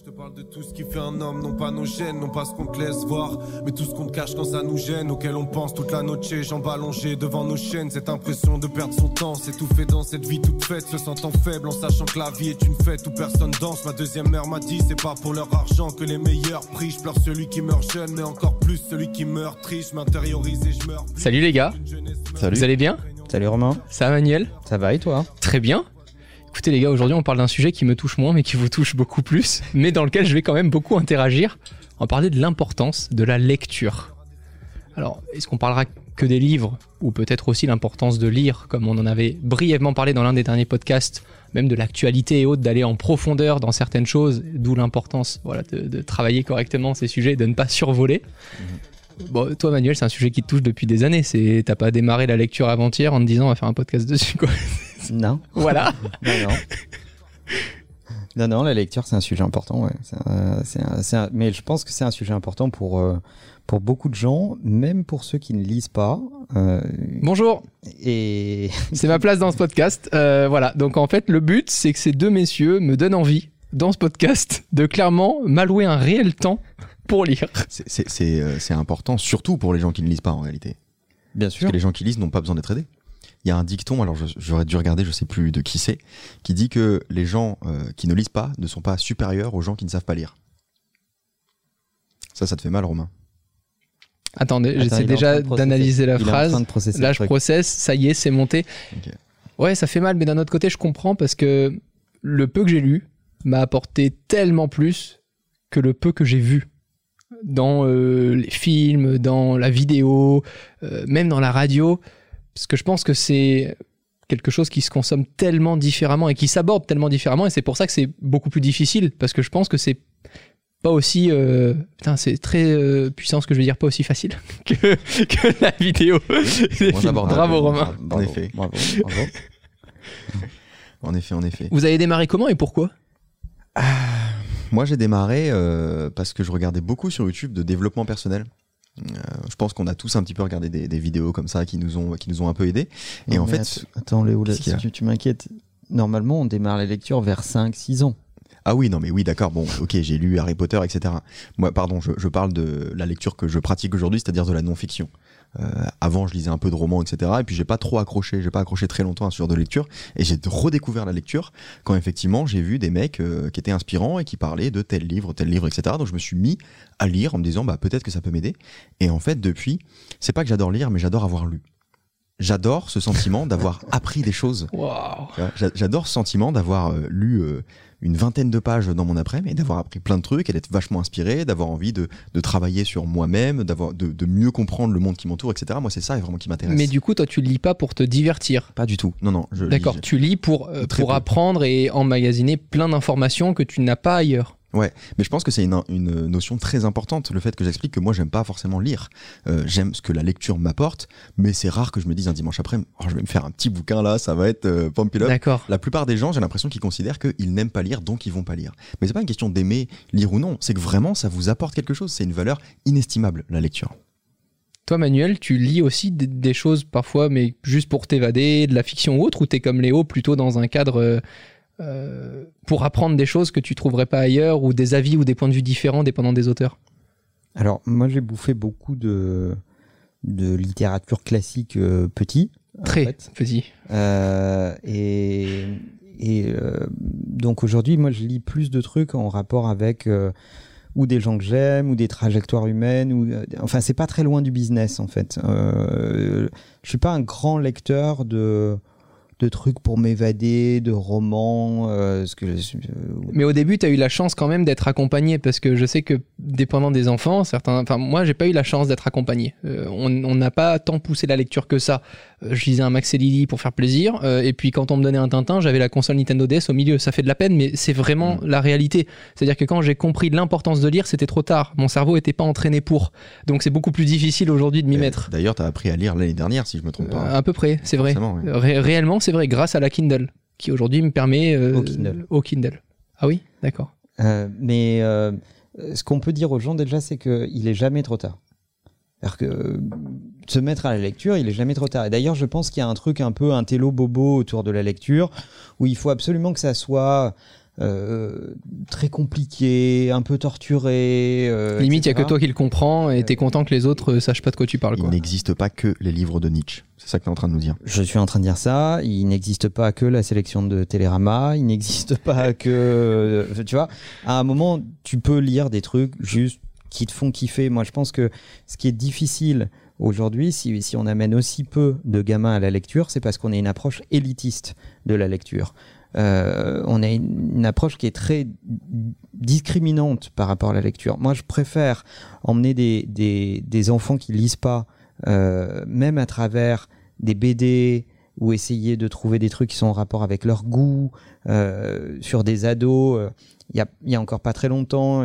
te parle de tout ce qui fait un homme, non pas nos gènes, non pas ce qu'on te laisse voir, mais tout ce qu'on te cache quand ça nous gêne, auquel on pense toute la noche, jambes allongées devant nos chaînes, cette impression de perdre son temps, s'étouffer dans cette vie toute faite, se sentant faible en sachant que la vie est une fête où personne danse. Ma deuxième mère m'a dit, c'est pas pour leur argent que les meilleurs prient, je pleure celui qui meurt jeune, mais encore plus celui qui meurt triste, je m'intériorise et je meurs. Salut les gars. Salut. Vous allez bien? Salut Romain. Ça va Manuel? Ça va et toi? Très bien. Écoutez les gars, aujourd'hui on parle d'un sujet qui me touche moins mais qui vous touche beaucoup plus, mais dans lequel je vais quand même beaucoup interagir. On va parler de l'importance de la lecture. Alors, est-ce qu'on parlera que des livres, ou peut-être aussi l'importance de lire, comme on en avait brièvement parlé dans l'un des derniers podcasts, même de l'actualité et autres, d'aller en profondeur dans certaines choses, d'où l'importance de travailler correctement ces sujets et de ne pas survoler. Bon, toi Manuel, c'est un sujet qui te touche depuis des années. T'as pas démarré la lecture avant-hier en te disant on va faire un podcast dessus, quoi. Non. Voilà. Non, la lecture c'est un sujet important, ouais. Mais je pense que c'est un sujet important pour beaucoup de gens, même pour ceux qui ne lisent pas. Bonjour. Et c'est ma place dans ce podcast. Voilà. Donc en fait, le but, c'est que ces deux messieurs me donnent envie, dans ce podcast, de clairement m'allouer un réel temps pour lire. C'est important, surtout pour les gens qui ne lisent pas en réalité. Bien sûr. Parce que les gens qui lisent n'ont pas besoin d'être aidés. Il y a un dicton, alors j'aurais dû regarder, je sais plus de qui c'est, qui dit que les gens qui ne lisent pas ne sont pas supérieurs aux gens qui ne savent pas lire. Ça te fait mal, Romain? Attendez, j'essaie déjà d'analyser la phrase. Là, je processe, ça y est, c'est monté. Okay. Ouais, ça fait mal, mais d'un autre côté, je comprends parce que le peu que j'ai lu m'a apporté tellement plus que le peu que j'ai vu. Dans les films, dans la vidéo, même dans la radio. Parce que je pense que c'est quelque chose qui se consomme tellement différemment et qui s'aborde tellement différemment. Et c'est pour ça que c'est beaucoup plus difficile. Parce que je pense que c'est pas aussi... c'est très puissant ce que je veux dire, pas aussi facile que la vidéo. Bravo Romain. En effet. Bravo. En effet. Vous avez démarré comment et pourquoi? Moi, j'ai démarré parce que je regardais beaucoup sur YouTube de développement personnel. Je pense qu'on a tous un petit peu regardé des vidéos comme ça qui nous ont un peu aidés. Non, et en fait... Attends Léo, tu m'inquiètes. Normalement, on démarre la lecture vers 5-6 ans. Ah oui, non mais oui, d'accord, bon, ok, j'ai lu Harry Potter, etc. Moi, pardon, je parle de la lecture que je pratique aujourd'hui, c'est-à-dire de la non-fiction. Avant, je lisais un peu de romans, etc. Et puis, j'ai pas accroché très longtemps à ce genre de lecture. Et j'ai redécouvert la lecture quand, effectivement, j'ai vu des mecs qui étaient inspirants et qui parlaient de tel livre, etc. Donc, je me suis mis à lire en me disant, peut-être que ça peut m'aider. Et en fait, depuis, c'est pas que j'adore lire, mais j'adore avoir lu. J'adore ce sentiment d'avoir appris des choses. Wow. J'adore ce sentiment d'avoir lu une vingtaine de pages dans mon après-midi et d'avoir appris plein de trucs et d'être vachement inspiré, d'avoir envie de travailler sur moi-même, de mieux comprendre le monde qui m'entoure, etc. Moi, c'est ça vraiment qui m'intéresse. Mais du coup, toi, tu lis pas pour te divertir? Pas du tout. Non. D'accord, tu lis pour apprendre et emmagasiner plein d'informations que tu n'as pas ailleurs. Ouais, mais je pense que c'est une notion très importante, le fait que j'explique que moi j'aime pas forcément lire. J'aime ce que la lecture m'apporte, mais c'est rare que je me dise un dimanche après, je vais me faire un petit bouquin là, ça va être pump it up. D'accord. La plupart des gens, j'ai l'impression qu'ils considèrent qu'ils n'aiment pas lire, donc ils vont pas lire. Mais c'est pas une question d'aimer lire ou non, c'est que vraiment ça vous apporte quelque chose, c'est une valeur inestimable, la lecture. Toi Manuel, tu lis aussi des choses parfois, mais juste pour t'évader, de la fiction ou autre, ou t'es comme Léo, plutôt dans un cadre... pour apprendre des choses que tu trouverais pas ailleurs, ou des avis ou des points de vue différents dépendant des auteurs? Alors moi j'ai bouffé beaucoup de littérature classique petit. Très petit. Donc aujourd'hui moi je lis plus de trucs en rapport avec ou des gens que j'aime, ou des trajectoires humaines, ou enfin c'est pas très loin du business en fait. Je suis pas un grand lecteur de trucs pour m'évader, de romans. Mais au début, tu as eu la chance quand même d'être accompagné, parce que je sais que dépendant des enfants, moi, j'ai pas eu la chance d'être accompagné. On n'a pas tant poussé la lecture que ça. Je lisais un Max et Lily pour faire plaisir, et puis quand on me donnait un Tintin, j'avais la console Nintendo DS au milieu. Ça fait de la peine, mais c'est vraiment la réalité. C'est-à-dire que quand j'ai compris l'importance de lire, c'était trop tard. Mon cerveau était pas entraîné pour. Donc c'est beaucoup plus difficile aujourd'hui de m'y mettre. D'ailleurs, tu as appris à lire l'année dernière, si je me trompe pas. À peu près, c'est vrai. Oui. Réellement, c'est vrai, grâce à la Kindle, qui aujourd'hui me permet... Au Kindle. Ah oui, d'accord. Mais ce qu'on peut dire aux gens déjà, c'est qu'il est jamais trop tard. C'est-à-dire que se mettre à la lecture, il est jamais trop tard. Et d'ailleurs, je pense qu'il y a un truc un peu un télo bobo autour de la lecture, où il faut absolument que ça soit très compliqué, un peu torturé. Limite, il n'y a que toi qui le comprends et t'es content que les autres sachent pas de quoi tu parles. Il n'existe pas que les livres de Nietzsche. C'est ça que tu es en train de nous dire. Je suis en train de dire ça. Il n'existe pas que la sélection de Télérama. Il n'existe pas que... tu vois, à un moment, tu peux lire des trucs juste qui te font kiffer. Moi, je pense que ce qui est difficile aujourd'hui, si on amène aussi peu de gamins à la lecture, c'est parce qu'on a une approche élitiste de la lecture. On a une approche qui est très discriminante par rapport à la lecture. Moi, je préfère emmener des enfants qui lisent pas, même à travers des BD, ou essayer de trouver des trucs qui sont en rapport avec leur goût, sur des ados. Il y a encore pas très longtemps,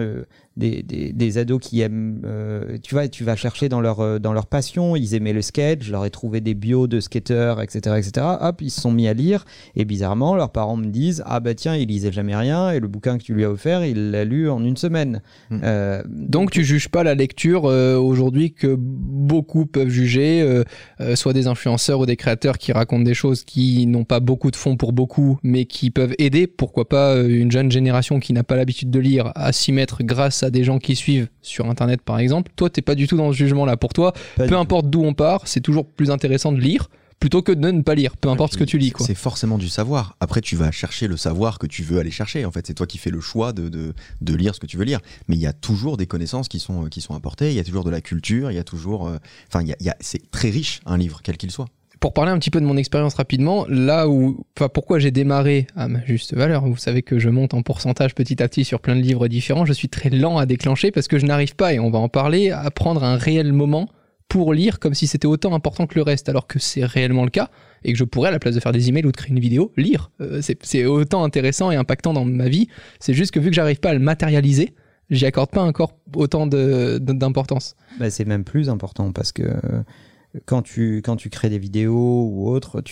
des ados qui aiment, tu vas chercher dans leur passion. Ils aimaient le skate, je leur ai trouvé des bios de skateurs, etc. Hop, ils se sont mis à lire, et bizarrement leurs parents me disent ah bah tiens, il lisait jamais rien, et le bouquin que tu lui as offert, il l'a lu en une semaine. Donc tu juges pas la lecture aujourd'hui que beaucoup peuvent juger, soit des influenceurs ou des créateurs qui racontent des choses qui n'ont pas beaucoup de fond pour beaucoup, mais qui peuvent aider, pourquoi pas une jeune génération qui n'a pas l'habitude de lire à s'y mettre grâce à des gens qui suivent sur internet par exemple. Toi t'es pas du tout dans ce jugement là. Pour toi, peu importe d'où on part, c'est toujours plus intéressant de lire plutôt que de ne pas lire, peu importe ce que tu lis, quoi. C'est forcément du savoir. Après, tu vas chercher le savoir que tu veux aller chercher. En fait, c'est toi qui fais le choix de lire ce que tu veux lire. Mais il y a toujours des connaissances qui sont apportées. Il y a toujours de la culture. Il y a toujours, c'est très riche un livre, quel qu'il soit. Pour parler un petit peu de mon expérience rapidement, pourquoi j'ai démarré à ma juste valeur, vous savez que je monte en pourcentage petit à petit sur plein de livres différents, je suis très lent à déclencher parce que je n'arrive pas, et on va en parler, à prendre un réel moment pour lire comme si c'était autant important que le reste, alors que c'est réellement le cas, et que je pourrais, à la place de faire des emails ou de créer une vidéo, lire. C'est autant intéressant et impactant dans ma vie, c'est juste que vu que j'arrive pas à le matérialiser, j'y accorde pas encore autant d'importance. C'est même plus important parce que quand tu crées des vidéos ou autre,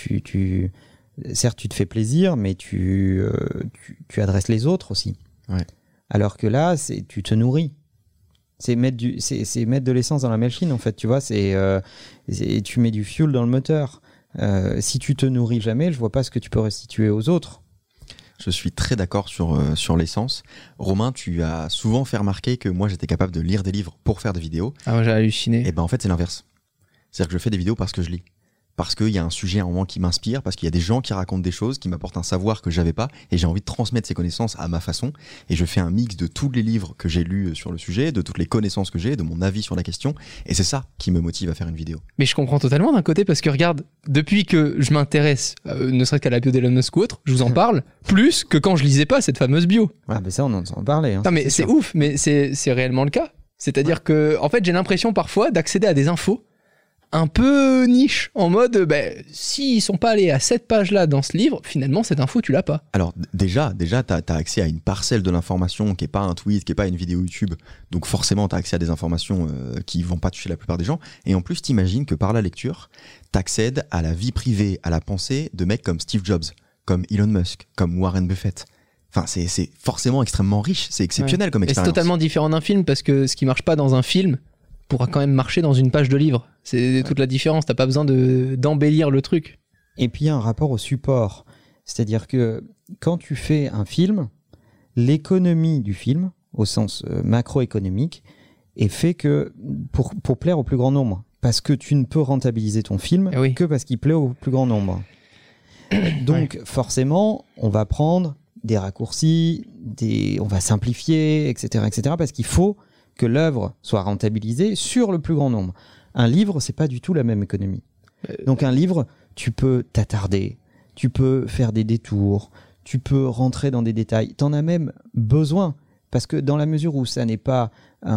certes tu te fais plaisir, mais tu adresses les autres aussi. Ouais. Alors que là, tu te nourris. C'est mettre de l'essence dans la machine, en fait, tu vois. Tu mets du fuel dans le moteur. Si tu te nourris jamais, je vois pas ce que tu peux restituer aux autres. Je suis très d'accord sur l'essence. Romain, tu as souvent fait remarquer que moi, j'étais capable de lire des livres pour faire des vidéos. Ah, moi, j'ai halluciné. Et ben en fait, c'est l'inverse. C'est-à-dire que je fais des vidéos parce que je lis. Parce qu'il y a un sujet à un moment qui m'inspire, parce qu'il y a des gens qui racontent des choses, qui m'apportent un savoir que j'avais pas, et j'ai envie de transmettre ces connaissances à ma façon. Et je fais un mix de tous les livres que j'ai lus sur le sujet, de toutes les connaissances que j'ai, de mon avis sur la question. Et c'est ça qui me motive à faire une vidéo. Mais je comprends totalement d'un côté, parce que regarde, depuis que je m'intéresse, ne serait-ce qu'à la bio d'Elon Musk ou autre, je vous en parle plus que quand je lisais pas cette fameuse bio. Ah, mais ça, on en parlait. Hein, non, mais c'est ouf, mais c'est réellement le cas. C'est-à-dire que, en fait, j'ai l'impression parfois d'accéder à des infos un peu niche, en mode, s'ils sont pas allés à cette page-là dans ce livre, finalement, cette info, tu l'as pas. Alors, déjà t'as accès à une parcelle de l'information qui est pas un tweet, qui est pas une vidéo YouTube. Donc, forcément, t'as accès à des informations qui vont pas toucher la plupart des gens. Et en plus, t'imagines que par la lecture, t'accèdes à la vie privée, à la pensée de mecs comme Steve Jobs, comme Elon Musk, comme Warren Buffett. Enfin, c'est forcément extrêmement riche. C'est exceptionnel comme expérience. Et c'est totalement différent d'un film, parce que ce qui marche pas dans un film pourra quand même marcher dans une page de livre. C'est toute la différence. T'as pas besoin d'embellir le truc. Et puis il y a un rapport au support. C'est-à-dire que quand tu fais un film, l'économie du film, au sens macroéconomique, est fait que pour plaire au plus grand nombre. Parce que tu ne peux rentabiliser ton film que parce qu'il plaît au plus grand nombre. Donc forcément, on va prendre des raccourcis, on va simplifier, etc., parce qu'il faut que l'œuvre soit rentabilisée sur le plus grand nombre. Un livre, c'est pas du tout la même économie. Donc un livre, tu peux t'attarder, tu peux faire des détours, tu peux rentrer dans des détails. T'en as même besoin, parce que dans la mesure où ça n'est pas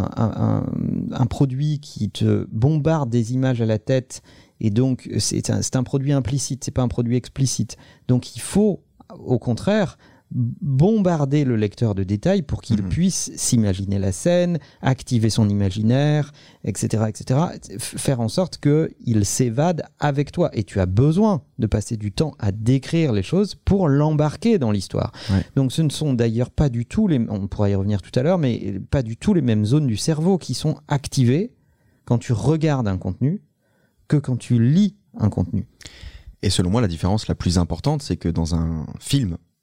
un produit qui te bombarde des images à la tête, et donc c'est un produit implicite, c'est pas un produit explicite. Donc il faut, au contraire, bombarder le lecteur de détails pour qu'il puisse s'imaginer la scène, activer son imaginaire, etc., faire en sorte qu'il s'évade avec toi. Et tu as besoin de passer du temps à décrire les choses pour l'embarquer dans l'histoire. Ouais. Donc ce ne sont d'ailleurs pas du tout on pourra y revenir tout à l'heure, mais pas du tout les mêmes zones du cerveau qui sont activées quand tu regardes un contenu que quand tu lis un contenu. Et selon moi, la différence la plus importante, c'est que dans un film,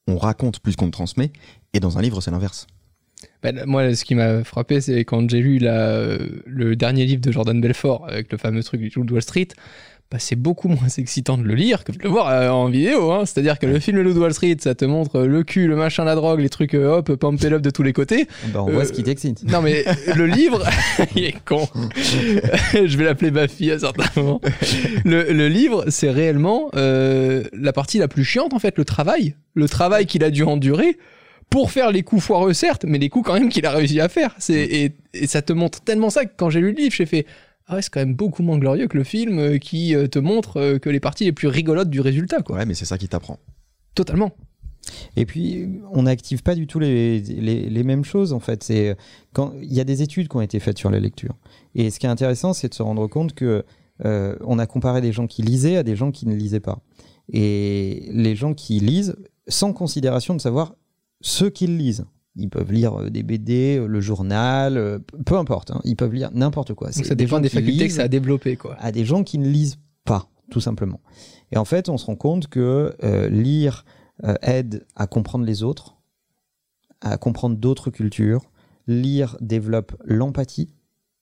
on raconte plus qu'on ne transmet, et dans un livre, c'est l'inverse. Moi, ce qui m'a frappé, c'est quand j'ai lu le dernier livre de Jordan Belfort, avec le fameux truc du Loup de Wall Street, c'est beaucoup moins excitant de le lire que de le voir en vidéo. Hein. C'est-à-dire que le film Le Loup de Wall Street, ça te montre le cul, le machin, la drogue, les trucs pump it up de tous les côtés. On voit ce qui t'excite. Non mais le livre, il est con. Je vais l'appeler ma fille à certains moments. Le livre, c'est réellement la partie la plus chiante en fait, le travail qu'il a dû endurer pour faire les coups foireux certes, mais les coups quand même qu'il a réussi à faire. Et ça te montre tellement ça que quand j'ai lu le livre, j'ai fait ah ouais, c'est quand même beaucoup moins glorieux que le film qui te montre que les parties les plus rigolotes du résultat, quoi. Ouais, mais c'est ça qui t'apprend. Totalement. Et puis, on n'active pas du tout les mêmes choses, en fait. Il y a des études qui ont été faites sur la lecture. Et ce qui est intéressant, c'est de se rendre compte que on a comparé des gens qui lisaient à des gens qui ne lisaient pas. Et les gens qui lisent, sans considération de savoir ce qu'ils lisent. Ils peuvent lire des BD, le journal, peu importe. Hein, ils peuvent lire n'importe quoi. Donc ça dépend des facultés que ça a développé, quoi. À des gens qui ne lisent pas, tout simplement. Et en fait, on se rend compte que lire aide à comprendre les autres, à comprendre d'autres cultures. Lire développe l'empathie,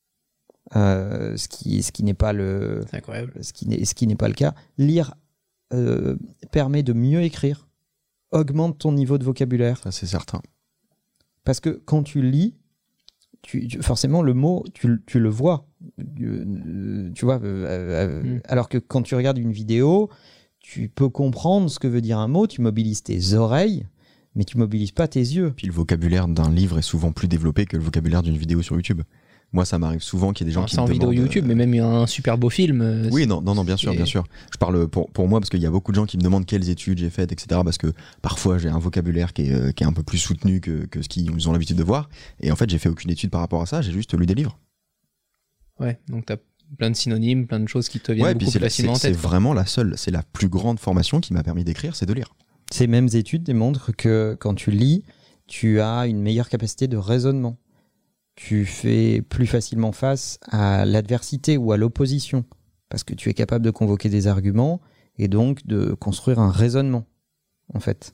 ce qui n'est pas le. C'est incroyable. Ce qui n'est pas le cas. Lire permet de mieux écrire, augmente ton niveau de vocabulaire. Ça, c'est certain. Parce que quand tu lis, forcément le mot, tu le vois. Tu vois, alors que quand tu regardes une vidéo, tu peux comprendre ce que veut dire un mot, tu mobilises tes oreilles, mais tu mobilises pas tes yeux. Puis le vocabulaire d'un livre est souvent plus développé que le vocabulaire d'une vidéo sur YouTube. Moi, ça m'arrive souvent qu'il y ait des gens qui me demandent... Sans vidéo YouTube, mais même un super beau film. Oui, non, bien sûr. Je parle pour moi parce qu'il y a beaucoup de gens qui me demandent quelles études j'ai faites, etc. Parce que parfois, j'ai un vocabulaire qui est un peu plus soutenu que ce qu'ils ont l'habitude de voir. Et en fait, j'ai fait aucune étude par rapport à ça, j'ai juste lu des livres. Ouais, donc t'as plein de synonymes, plein de choses qui te viennent beaucoup plus facilement en tête. C'est vraiment c'est la plus grande formation qui m'a permis d'écrire, c'est de lire. Ces mêmes études démontrent que quand tu lis, tu as une meilleure capacité de raisonnement. Tu fais plus facilement face à l'adversité ou à l'opposition, parce que tu es capable de convoquer des arguments et donc de construire un raisonnement, en fait.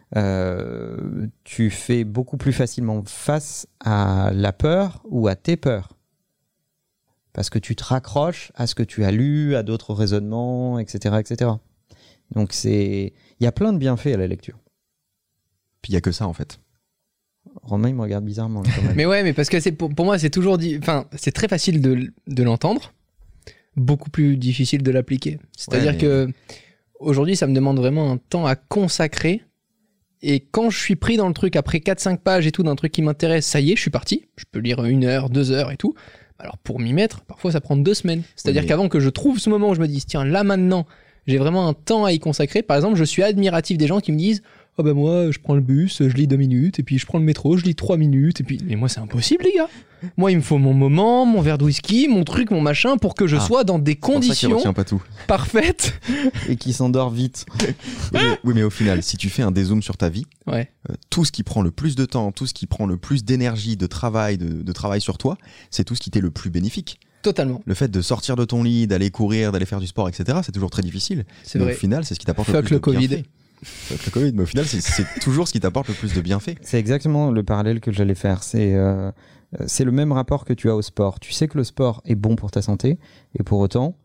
Tu fais beaucoup plus facilement face à la peur ou à tes peurs, parce que tu te raccroches à ce que tu as lu, à d'autres raisonnements, etc., etc. Donc il y a plein de bienfaits à la lecture. Puis il n'y a que ça, en fait. Romain, il me regarde bizarrement. Quand même. Mais ouais, mais parce que pour moi, c'est toujours c'est très facile de l'entendre, beaucoup plus difficile de l'appliquer. C'est-à-dire que aujourd'hui, ça me demande vraiment un temps à consacrer. Et quand je suis pris dans le truc, après 4-5 pages et tout, d'un truc qui m'intéresse, ça y est, je suis parti. Je peux lire 1 heure, 2 heures et tout. Alors pour m'y mettre, parfois ça prend 2 semaines. C'est-à-dire qu'avant que je trouve ce moment où je me dis, tiens, là maintenant, j'ai vraiment un temps à y consacrer. Par exemple, je suis admiratif des gens qui me disent, oh ben moi je prends le bus, je lis 2 minutes, et puis je prends le métro, je lis 3 minutes, et puis mais moi c'est impossible les gars. Moi il me faut mon moment, mon verre de whisky, mon truc, mon machin, pour que je sois dans des conditions pas tout. Parfaites. Et qui s'endort vite. Oui mais au final, si tu fais un dézoom sur ta vie, tout ce qui prend le plus de temps, tout ce qui prend le plus d'énergie, de travail, de travail sur toi, c'est tout ce qui t'est le plus bénéfique. Totalement. Le fait de sortir de ton lit, d'aller courir, d'aller faire du sport, etc., c'est toujours très difficile. C'est vrai. Au final, c'est ce qui t'apporte le plus de bienfaits. Le Covid, mais au final, c'est toujours ce qui t'apporte le plus de bienfaits. C'est exactement le parallèle que j'allais faire. C'est le même rapport que tu as au sport. Tu sais que le sport est bon pour ta santé, et pour autant,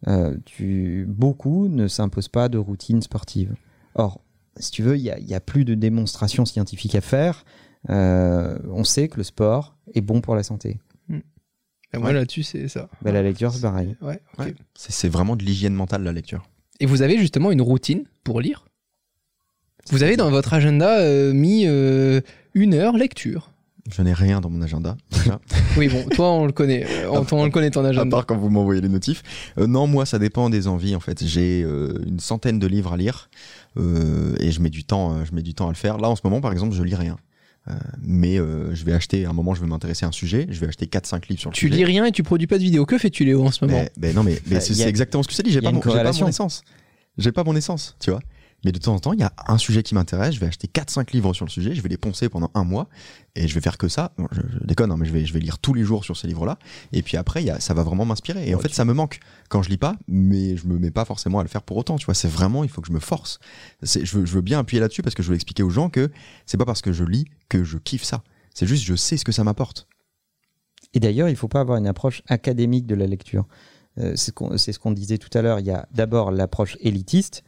beaucoup ne s'imposent pas de routine sportive. Or, si tu veux, il y a plus de démonstrations scientifiques à faire. On sait que le sport est bon pour la santé. Et moi, là-dessus, c'est ça. Bah, la lecture, c'est pareil. Ouais, okay. C'est vraiment de l'hygiène mentale, la lecture. Et vous avez justement une routine pour lire ? Vous avez dans votre agenda mis 1 heure lecture. Je n'ai rien dans mon agenda. Déjà. Oui, bon, toi, on le connaît. On le connaît, ton agenda. À part quand vous m'envoyez les notifs. Non, moi, ça dépend des envies, en fait. J'ai 100 de livres à lire et je mets du temps à le faire. Là, en ce moment, par exemple, je lis rien. Mais je vais acheter, à un moment, je vais m'intéresser à un sujet. Je vais acheter 4-5 livres sur le sujet. Tu lis rien et tu produis pas de vidéo. Que fais-tu, Léo, en ce moment ? Non, mais c'est exactement ce que tu as dit. J'ai pas mon essence. J'ai pas mon essence, tu vois. Mais de temps en temps, il y a un sujet qui m'intéresse, je vais acheter 4-5 livres sur le sujet, je vais les poncer pendant 1 mois, et je vais faire que ça. Bon, je déconne, hein, mais je vais lire tous les jours sur ces livres-là, et puis après, ça va vraiment m'inspirer. Et en fait, ça me manque quand je lis pas, mais je me mets pas forcément à le faire pour autant, tu vois. C'est vraiment, il faut que je me force. Je veux bien appuyer là-dessus, parce que je veux expliquer aux gens que c'est pas parce que je lis que je kiffe ça. C'est juste, je sais ce que ça m'apporte. Et d'ailleurs, il faut pas avoir une approche académique de la lecture. C'est ce qu'on disait tout à l'heure. Il y a d'abord l'approche élitiste,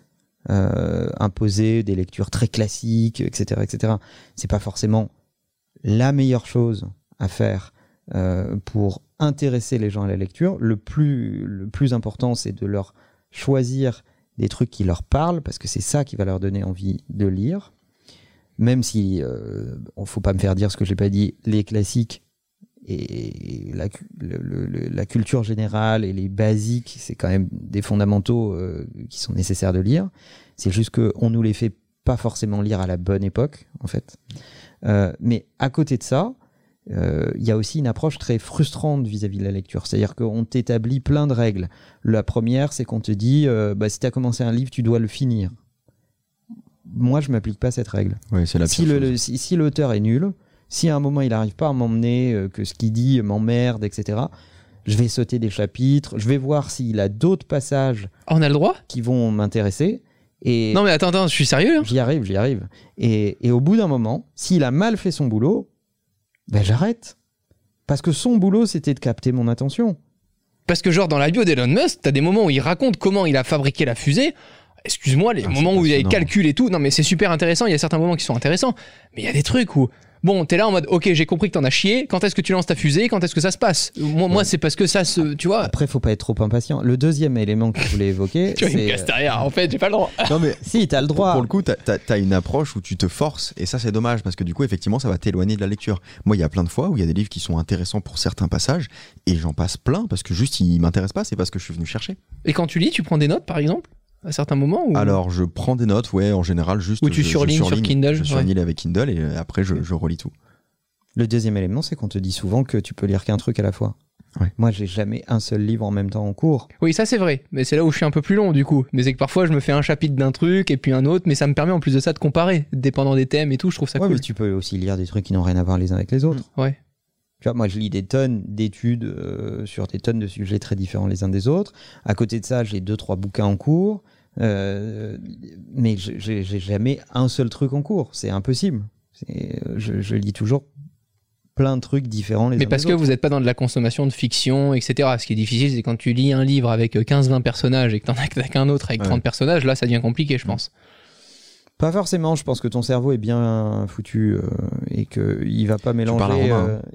imposer des lectures très classiques, etc., etc. C'est pas forcément la meilleure chose à faire pour intéresser les gens à la lecture. Le plus important, c'est de leur choisir des trucs qui leur parlent, parce que c'est ça qui va leur donner envie de lire. Même si, faut pas me faire dire ce que j'ai pas dit, les classiques et la culture générale et les basiques, c'est quand même des fondamentaux qui sont nécessaires de lire. C'est juste qu'on nous les fait pas forcément lire à la bonne époque, en fait. Mais à côté de ça, il y a aussi une approche très frustrante vis-à-vis de la lecture. C'est-à-dire qu'on t'établit plein de règles. La première, c'est qu'on te dit, si tu as commencé un livre, tu dois le finir. Moi, je m'applique pas cette règle. Ouais, c'est la pire chose. Si l'auteur est nul, si à un moment il n'arrive pas à m'emmener, que ce qu'il dit m'emmerde, etc., je vais sauter des chapitres, je vais voir s'il a d'autres passages on a le droit qui vont m'intéresser. Et non mais attends, je suis sérieux là. J'y arrive. Et au bout d'un moment, s'il a mal fait son boulot, j'arrête. Parce que son boulot, c'était de capter mon attention. Parce que genre dans la bio d'Elon Musk, t'as des moments où il raconte comment il a fabriqué la fusée. Excuse-moi, les moments où il y a les calculs et tout, non mais c'est super intéressant, il y a certains moments qui sont intéressants, mais il y a des trucs où, bon, t'es là en mode, ok, j'ai compris que t'en as chié, quand est-ce que tu lances ta fusée, quand est-ce que ça se passe ? Moi c'est parce que ça se, tu vois... Après, faut pas être trop impatient. Le deuxième élément que je voulais évoquer, tu vois, il me casse derrière, en fait, j'ai pas le droit. Non mais, si, t'as le droit. Pour le coup, t'as une approche où tu te forces, et ça c'est dommage, parce que du coup, effectivement, ça va t'éloigner de la lecture. Moi, il y a plein de fois où il y a des livres qui sont intéressants pour certains passages, et j'en passe plein, parce que juste, ils m'intéressent pas, c'est parce que je suis venu chercher. Et quand tu lis, tu prends des notes, par exemple ? À certains moments ou... Alors, je prends des notes, ouais, en général, juste... Ou tu surlignes sur Kindle. Je surligne avec Kindle et après, je relis tout. Le deuxième élément, c'est qu'on te dit souvent que tu peux lire qu'un truc à la fois. Ouais. Moi, j'ai jamais un seul livre en même temps en cours. Oui, ça c'est vrai, mais c'est là où je suis un peu plus long du coup. Mais c'est que parfois, je me fais un chapitre d'un truc et puis un autre, mais ça me permet en plus de ça de comparer, dépendant des thèmes et tout, je trouve ça cool. Mais tu peux aussi lire des trucs qui n'ont rien à voir les uns avec les autres. Ouais. Tu vois, moi, je lis des tonnes d'études sur des tonnes de sujets très différents les uns des autres. À côté de ça, j'ai 2-3 bouquins en cours. Mais j'ai jamais un seul truc en cours, c'est impossible. Je lis toujours plein de trucs différents les uns des autres. Mais parce que vous n'êtes pas dans de la consommation de fiction, etc. Ce qui est difficile, c'est quand tu lis un livre avec 15-20 personnages et que t'en as qu'un autre avec 30 personnages, là ça devient compliqué, je pense. Pas forcément, je pense que ton cerveau est bien foutu et qu'il va pas mélanger...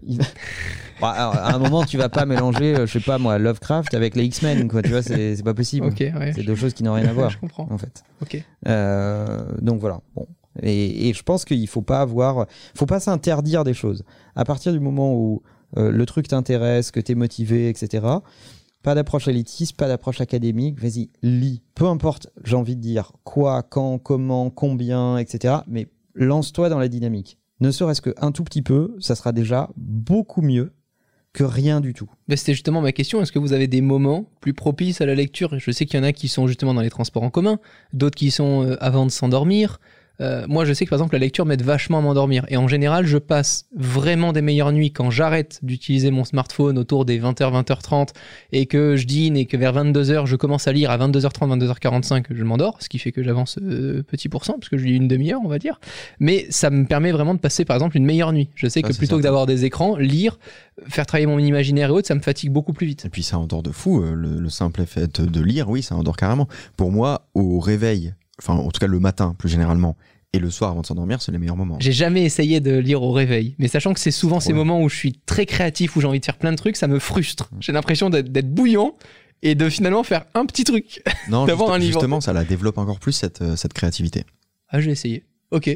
à un moment, tu vas pas mélanger, je sais pas moi, Lovecraft avec les X-Men, quoi, tu vois, c'est pas possible. Okay, ouais. C'est deux choses qui n'ont rien à voir. Je comprends. En fait. Ok. Donc voilà, bon. Et je pense qu'il faut pas s'interdire des choses. À partir du moment où le truc t'intéresse, que t'es motivé, etc., pas d'approche élitiste, pas d'approche académique, vas-y, lis. Peu importe, j'ai envie de dire quoi, quand, comment, combien, etc. Mais lance-toi dans la dynamique. Ne serait-ce qu'un tout petit peu, ça sera déjà beaucoup mieux que rien du tout. Ben, c'était justement ma question, est-ce que vous avez des moments plus propices à la lecture ? Je sais qu'il y en a qui sont justement dans les transports en commun, d'autres qui sont avant de s'endormir. Moi je sais que par exemple la lecture m'aide vachement à m'endormir et en général je passe vraiment des meilleures nuits quand j'arrête d'utiliser mon smartphone autour des 20h, 20h30 et que je dîne et que vers 22h je commence à lire, à 22h30, 22h45 je m'endors, ce qui fait que j'avance petit pourcent parce que je lis une demi-heure on va dire, mais ça me permet vraiment de passer par exemple une meilleure nuit. Je sais que plutôt que d'avoir des écrans, lire, faire travailler mon imaginaire et autres, ça me fatigue beaucoup plus vite. Et puis ça endort de fou, le simple fait de lire, oui ça endort carrément. Pour moi au réveil, enfin en tout cas le matin plus généralement, et le soir avant de s'endormir, c'est les meilleurs moments. J'ai jamais essayé de lire au réveil, mais sachant que c'est souvent ces moments où je suis très créatif, où j'ai envie de faire plein de trucs, ça me frustre. J'ai l'impression d'être bouillant et de finalement faire un petit truc. Non, d'avoir un livre. Justement, ça la développe encore plus cette créativité. Ah, je vais essayer. Ok.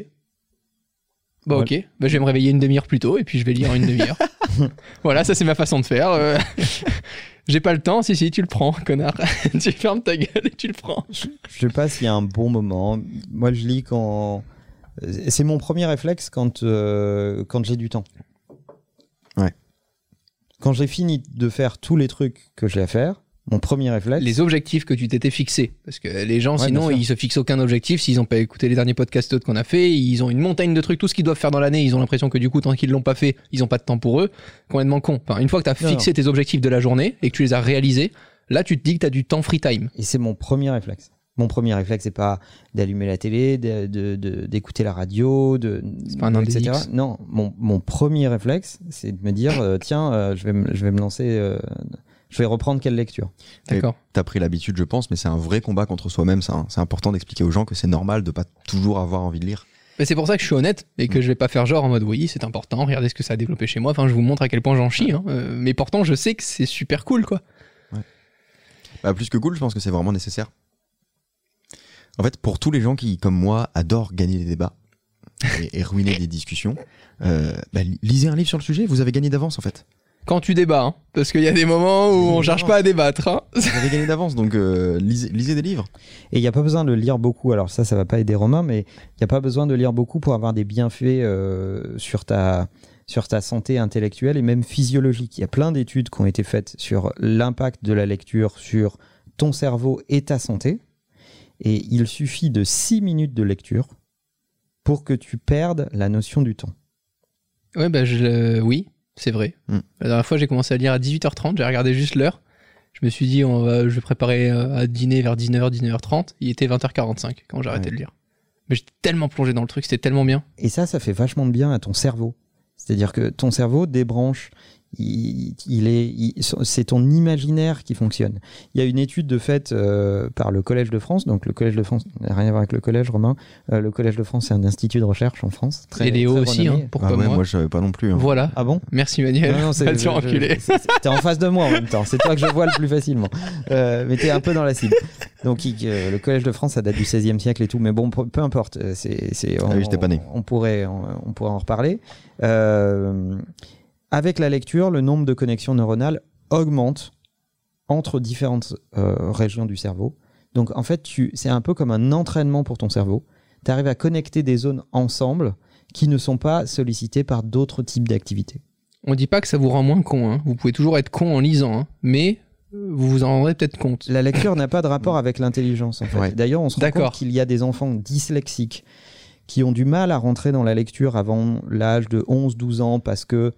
Bah ouais. Ok, bah, je vais me réveiller une demi-heure plus tôt et puis je vais lire une demi-heure. Voilà, ça c'est ma façon de faire. J'ai pas le temps, si, tu le prends, connard. Tu fermes ta gueule et tu le prends. Je sais pas s'il y a un bon moment. Moi, je lis quand... C'est mon premier réflexe quand j'ai du temps. Ouais. Quand j'ai fini de faire tous les trucs que j'ai à faire, Mon premier réflexe. Les objectifs que tu t'étais fixés. Parce que les gens, sinon, ils se fixent aucun objectif. S'ils n'ont pas écouté les derniers podcasts qu'on a fait, ils ont une montagne de trucs, tout ce qu'ils doivent faire dans l'année. Ils ont l'impression que du coup, tant qu'ils l'ont pas fait, ils n'ont pas de temps pour eux. Complètement con. Enfin, une fois que tu as fixé tes objectifs de la journée et que tu les as réalisés, là, tu te dis que tu as du temps free time. Et c'est mon premier réflexe. Mon premier réflexe, c'est pas d'allumer la télé, d'écouter la radio, c'est pas un indice. etc. Non, mon premier réflexe, c'est de me dire, tiens, je vais me lancer... je vais reprendre quelle lecture. D'accord. T'as pris l'habitude, je pense, mais c'est un vrai combat contre soi-même. C'est important d'expliquer aux gens que c'est normal de pas toujours avoir envie de lire. Mais c'est pour ça que je suis honnête et que je vais pas faire genre en mode oui, c'est important, regardez ce que ça a développé chez moi. Enfin, je vous montre à quel point j'en chie. Hein. Mais pourtant, je sais que c'est super cool, quoi. Ouais. Bah, plus que cool, je pense que c'est vraiment nécessaire. En fait, pour tous les gens qui, comme moi, adorent gagner des débats et ruiner des discussions, lisez un livre sur le sujet. Vous avez gagné d'avance, en fait. Quand tu débats, hein, parce qu'il y a des moments où on cherche pas à débattre. Hein. Vous avez gagné d'avance, donc lisez des livres. Et il n'y a pas besoin de lire beaucoup. Alors ça va pas aider Romain, mais il n'y a pas besoin de lire beaucoup pour avoir des bienfaits sur ta santé intellectuelle et même physiologique. Il y a plein d'études qui ont été faites sur l'impact de la lecture sur ton cerveau et ta santé. Et il suffit de 6 minutes de lecture pour que tu perdes la notion du temps. Ouais, oui. C'est vrai. La dernière fois, j'ai commencé à lire à 18h30. J'ai regardé juste l'heure. Je me suis dit, je vais préparer à dîner vers 19h, 19h30. Il était 20h45 quand j'ai arrêté de lire. Mais j'étais tellement plongé dans le truc, c'était tellement bien. Et ça fait vachement de bien à ton cerveau. C'est-à-dire que ton cerveau débranche. C'est ton imaginaire qui fonctionne. Il y a une étude faite par le Collège de France. Donc le Collège de France n'a rien à voir avec le collège, Romain. Le Collège de France, c'est un institut de recherche en France. Et Léo très aussi, hein, pourquoi moi. Moi, je savais pas non plus. Hein. Voilà. Ah bon ? Merci Manuel. Non, t'es en face de moi en même temps. C'est toi que je vois le plus facilement. Mais t'es un peu dans la cible. Donc le Collège de France, ça date du XVIe siècle et tout. Mais bon, peu importe. Oui, j'étais pas né. On pourrait en reparler. Avec la lecture, le nombre de connexions neuronales augmente entre différentes régions du cerveau. Donc en fait, c'est un peu comme un entraînement pour ton cerveau. Tu arrives à connecter des zones ensemble qui ne sont pas sollicitées par d'autres types d'activités. On dit pas que ça vous rend moins con. Hein. Vous pouvez toujours être con en lisant, hein. Mais vous vous en rendrez peut-être compte. La lecture n'a pas de rapport avec l'intelligence. En fait. Ouais. D'ailleurs, on se rend compte qu'il y a des enfants dyslexiques qui ont du mal à rentrer dans la lecture avant l'âge de 11-12 ans parce que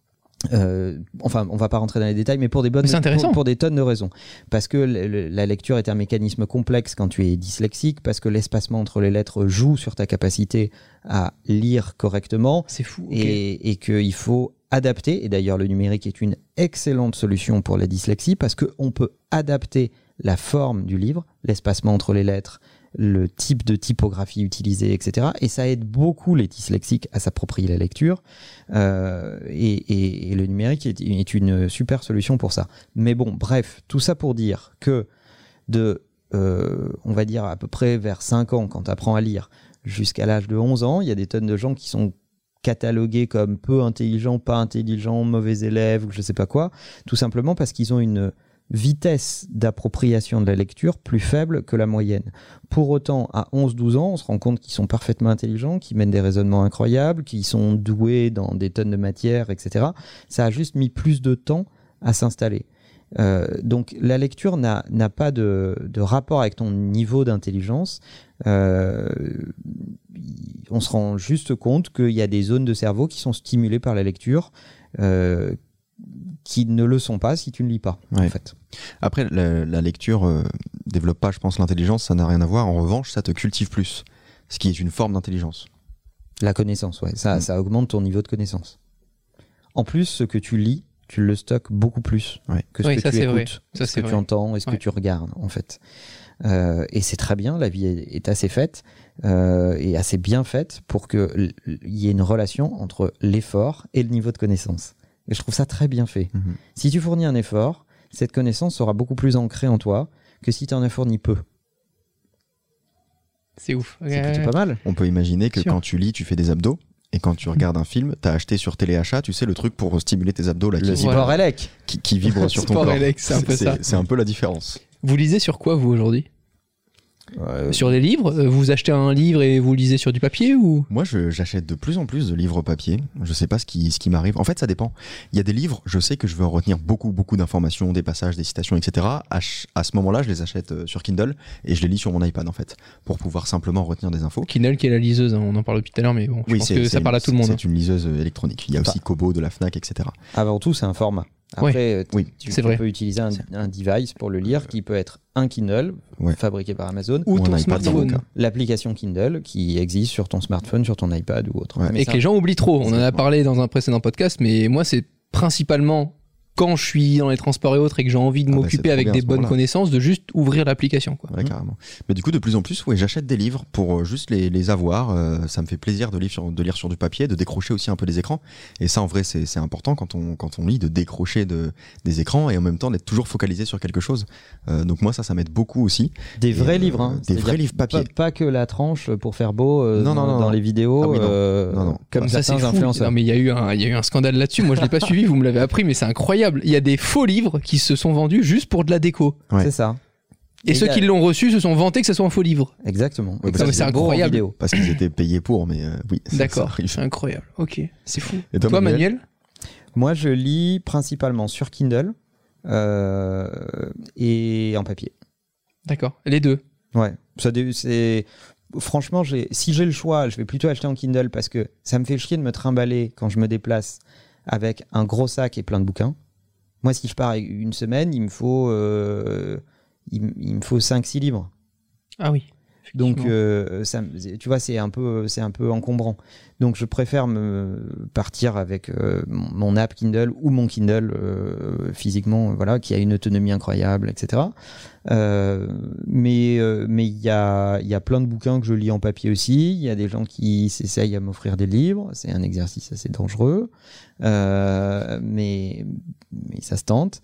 on va pas rentrer dans les détails, mais pour des tonnes de raisons. Parce que la lecture est un mécanisme complexe quand tu es dyslexique, parce que l'espacement entre les lettres joue sur ta capacité à lire correctement. C'est fou. Et qu'il faut adapter. Et d'ailleurs, le numérique est une excellente solution pour la dyslexie parce qu'on peut adapter la forme du livre, l'espacement entre les lettres, le type de typographie utilisée, etc. Et ça aide beaucoup les dyslexiques à s'approprier la lecture. Et le numérique est une super solution pour ça. Mais bon, bref, tout ça pour dire que on va dire à peu près vers 5 ans, quand tu apprends à lire, jusqu'à l'âge de 11 ans, il y a des tonnes de gens qui sont catalogués comme peu intelligents, pas intelligents, mauvais élèves, ou je sais pas quoi, tout simplement parce qu'ils ont une vitesse d'appropriation de la lecture plus faible que la moyenne. Pour autant, à 11-12 ans, on se rend compte qu'ils sont parfaitement intelligents, qu'ils mènent des raisonnements incroyables, qu'ils sont doués dans des tonnes de matière, etc. Ça a juste mis plus de temps à s'installer. Donc la lecture n'a pas de rapport avec ton niveau d'intelligence. On se rend juste compte qu'il y a des zones de cerveau qui sont stimulées par la lecture qui ne le sont pas si tu ne lis pas, en fait. Après, la lecture développe pas, je pense, l'intelligence, ça n'a rien à voir. En revanche, ça te cultive plus, ce qui est une forme d'intelligence. La connaissance, ouais. Ça augmente ton niveau de connaissance. En plus, ce que tu lis, tu le stockes beaucoup plus que ce que tu écoutes, ce que tu entends et ce que tu regardes, en fait. Et c'est très bien, la vie est assez faite et assez bien faite pour qu'il y ait une relation entre l'effort et le niveau de connaissance. Et je trouve ça très bien fait. Mmh. Si tu fournis un effort, cette connaissance sera beaucoup plus ancrée en toi que si tu en as fourni peu. C'est ouf. C'est plutôt pas mal. On peut imaginer que quand tu lis, tu fais des abdos. Et quand tu regardes un film, t'as acheté sur téléachat, tu sais, le truc pour stimuler tes abdos là, le sport élec qui vibre sur ton corps. Élec, c'est un peu ça. C'est un peu la différence. Vous lisez sur quoi, vous, aujourd'hui ? Sur des livres, vous achetez un livre et vous lisez sur du papier ou? Moi, j'achète de plus en plus de livres papier. Je sais pas ce qui m'arrive. En fait, ça dépend. Il y a des livres, je sais que je veux en retenir beaucoup d'informations, des passages, des citations, etc. À ce moment-là, je les achète sur Kindle et je les lis sur mon iPad, en fait, pour pouvoir simplement retenir des infos. Kindle qui est la liseuse, hein, on en parle depuis tout à l'heure, mais bon, je pense que ça parle à tout le monde. C'est une liseuse électronique. Il y a aussi Kobo de la Fnac, etc. Avant tout, c'est un format. Après, tu vrai. peux utiliser un device pour le lire qui peut être un Kindle fabriqué par Amazon ou ton smartphone. L'application Kindle qui existe sur ton smartphone, sur ton iPad ou autre. Et que les gens oublient trop. On en a parlé dans un précédent podcast, mais moi, c'est principalement quand je suis dans les transports et autres et que j'ai envie de m'occuper avec des bonnes connaissances, de juste ouvrir l'application, quoi. Ouais, carrément. Mais du coup, de plus en plus, j'achète des livres pour juste les avoir. Ça me fait plaisir de lire sur du papier, de décrocher aussi un peu des écrans. Et ça, en vrai, c'est important quand on lit, de décrocher des écrans et en même temps d'être toujours focalisé sur quelque chose. Donc moi, ça m'aide beaucoup aussi. Des vrais livres, hein. Des vrais livres papier. Pas que la tranche pour faire beau dans les vidéos. Non. Comme certains influenceurs. Non, mais il y a eu un scandale là-dessus. Moi, je l'ai pas suivi. Vous me l'avez appris, mais c'est incroyable. Il y a des faux livres qui se sont vendus juste pour de la déco. Ouais. C'est ça. Et ceux qui l'ont reçu se sont vantés que ce soit un faux livre. Exactement. C'est incroyable. Parce qu'ils étaient payés pour, mais oui. D'accord. C'est incroyable. Ok, c'est fou. Et toi, Manuel? Moi, je lis principalement sur Kindle et en papier. D'accord. Les deux. Ouais. Franchement, si j'ai le choix, je vais plutôt acheter en Kindle parce que ça me fait chier de me trimballer quand je me déplace avec un gros sac et plein de bouquins. Moi, si je pars une semaine, il me faut 5-6 livres. Ah oui. Donc, tu vois, c'est un peu encombrant. Donc, je préfère partir avec mon app Kindle ou mon Kindle physiquement, voilà, qui a une autonomie incroyable, etc. Mais il y a plein de bouquins que je lis en papier aussi. Il y a des gens qui s'essayent à m'offrir des livres. C'est un exercice assez dangereux. Mais ça se tente.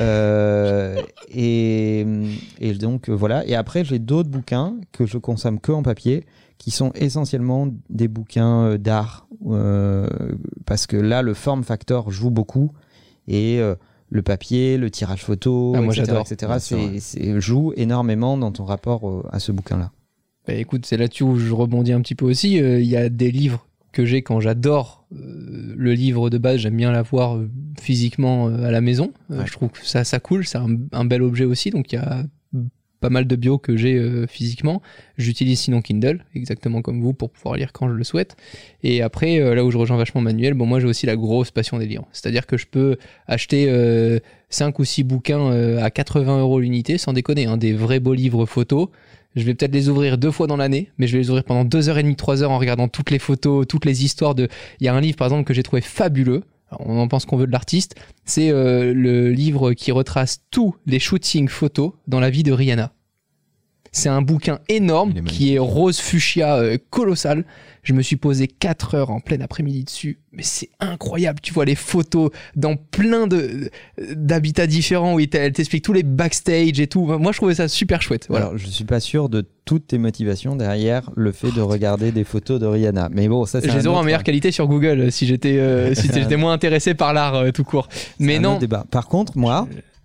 Et donc, voilà. Et après, j'ai d'autres bouquins que je consomme que en papier, qui sont essentiellement des bouquins d'art. Parce que là, le form factor joue beaucoup. Et le papier, le tirage photo, moi, etc. joue énormément dans ton rapport à ce bouquin-là. Bah, écoute, c'est là-dessus où je rebondis un petit peu aussi. Il y a des livres que j'ai quand j'adore le livre de base, j'aime bien l'avoir physiquement à la maison. Je trouve que ça coule, c'est un bel objet aussi. Donc il y a pas mal de bio que j'ai physiquement. J'utilise sinon Kindle, exactement comme vous, pour pouvoir lire quand je le souhaite. Et après, là où je rejoins vachement Manuel, moi j'ai aussi la grosse passion des livres. C'est-à-dire que je peux acheter 5 ou 6 bouquins à 80 € l'unité, sans déconner, hein, des vrais beaux livres photos. Je vais peut-être les ouvrir 2 fois dans l'année, mais je vais les ouvrir pendant 2h30, 3h en regardant toutes les photos, toutes les histoires de... Il y a un livre par exemple que j'ai trouvé fabuleux. Alors, on en pense qu'on veut de l'artiste. C'est le livre qui retrace tous les shootings photos dans la vie de Rihanna. C'est un bouquin énorme qui est rose fuchsia colossal. Je me suis posé 4 heures en plein après-midi dessus. Mais c'est incroyable. Tu vois les photos dans plein d'habitats différents où elle t'explique tous les backstage et tout. Moi, je trouvais ça super chouette. Voilà. Alors, je suis pas sûr de toutes tes motivations derrière le fait de regarder des photos de Rihanna. Mais bon, ça, c'est je les aurais en meilleure qualité sur Google si j'étais j'étais moins intéressé par l'art tout court. Mais non. Débat. Par contre, moi...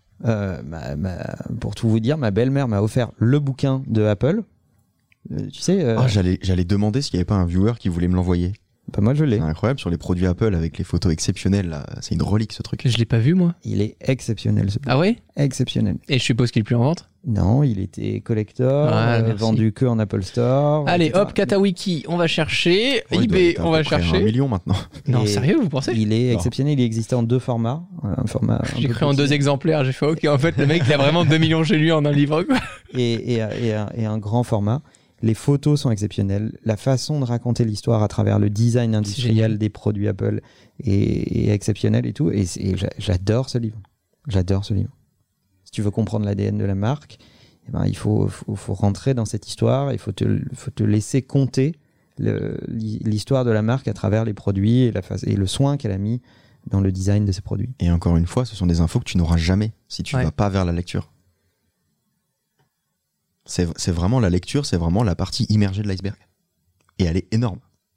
pour tout vous dire, ma belle-mère m'a offert le bouquin de Apple. Tu sais. J'allais demander s'il n'y avait pas un viewer qui voulait me l'envoyer. Bah moi je l'ai. C'est incroyable sur les produits Apple avec les photos exceptionnelles. Là. C'est une relique ce truc. Je l'ai pas vu moi. Il est exceptionnel ce bouquin. Ah ouais. Exceptionnel. Et je suppose qu'il est plus en vente. Non, il était collector, vendu que en Apple Store. Allez, etc. hop, Katawiki, on va chercher. eBay, on va chercher. 1 million maintenant. Non, sérieux, vous pensez? Il est exceptionnel, il existait en 2 formats. Un format. J'ai cru en 2 exemplaires, j'ai fait ok, en fait, le mec, il a vraiment 2 millions chez lui en un livre, quoi. Et un grand format. Les photos sont exceptionnelles. La façon de raconter l'histoire à travers le design industriel des produits Apple est exceptionnelle et tout. Et j'adore ce livre. J'adore ce livre. Si tu veux comprendre l'ADN de la marque, eh ben, il faut rentrer dans cette histoire. Il faut te laisser compter l'histoire de la marque à travers les produits et le soin qu'elle a mis dans le design de ces produits. Et encore une fois, ce sont des infos que tu n'auras jamais si tu ne vas pas vers la lecture. C'est vraiment la lecture, c'est vraiment la partie immergée de l'iceberg. Et elle est énorme.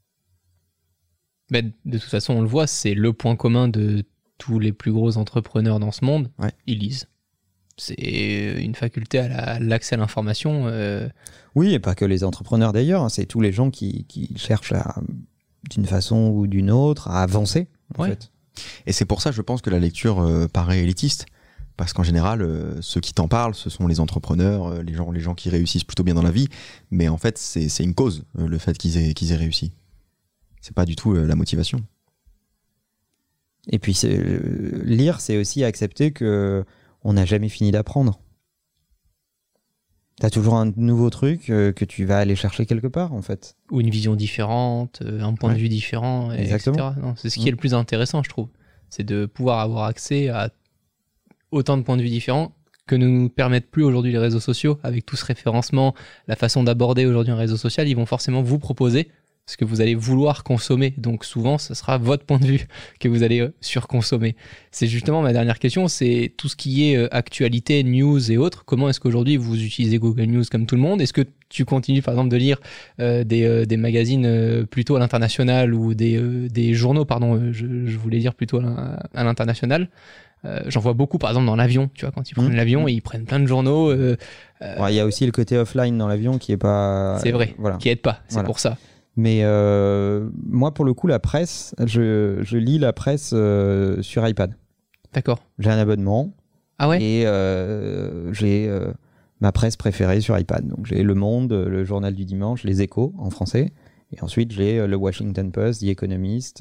Ben, de toute façon, on le voit, c'est le point commun de tous les plus gros entrepreneurs dans ce monde. Ouais. Ils lisent. c'est une faculté à l'accès à l'information. Oui, et pas que les entrepreneurs d'ailleurs, hein, c'est tous les gens qui cherchent d'une façon ou d'une autre à avancer en fait. Et c'est pour ça, je pense que la lecture paraît élitiste. Parce qu'en général, ceux qui t'en parlent, ce sont les entrepreneurs, les gens qui réussissent plutôt bien dans la vie. Mais en fait, c'est une cause, le fait qu'ils aient réussi. C'est pas du tout la motivation. Et puis, lire, c'est aussi accepter qu'on n'a jamais fini d'apprendre. T'as toujours un nouveau truc que tu vas aller chercher quelque part, en fait. Ou une vision différente, un point de vue différent, exactement. etc. Non, c'est ce qui est le plus intéressant, je trouve. C'est de pouvoir avoir accès à autant de points de vue différents que ne nous permettent plus aujourd'hui les réseaux sociaux. Avec tout ce référencement, la façon d'aborder aujourd'hui un réseau social, ils vont forcément vous proposer ce que vous allez vouloir consommer. Donc souvent, ce sera votre point de vue que vous allez surconsommer. C'est justement ma dernière question, c'est tout ce qui est actualité, news et autres. Comment est-ce qu'aujourd'hui vous utilisez Google News comme tout le monde ? Est-ce que tu continues par exemple de lire des magazines plutôt à l'international ou des journaux, pardon, je voulais dire plutôt à l'international ? J'en vois beaucoup par exemple dans l'avion, tu vois, quand ils prennent l'avion et ils prennent plein de journaux. Il y a aussi le côté offline dans l'avion qui est pas... C'est vrai, qui aide pas, c'est pour ça. Mais moi pour le coup la presse, je lis la presse sur iPad. D'accord. J'ai un abonnement. Ah ouais. Et j'ai ma presse préférée sur iPad. Donc j'ai Le Monde, le Journal du Dimanche, Les Échos en français. Et ensuite j'ai le Washington Post, The Economist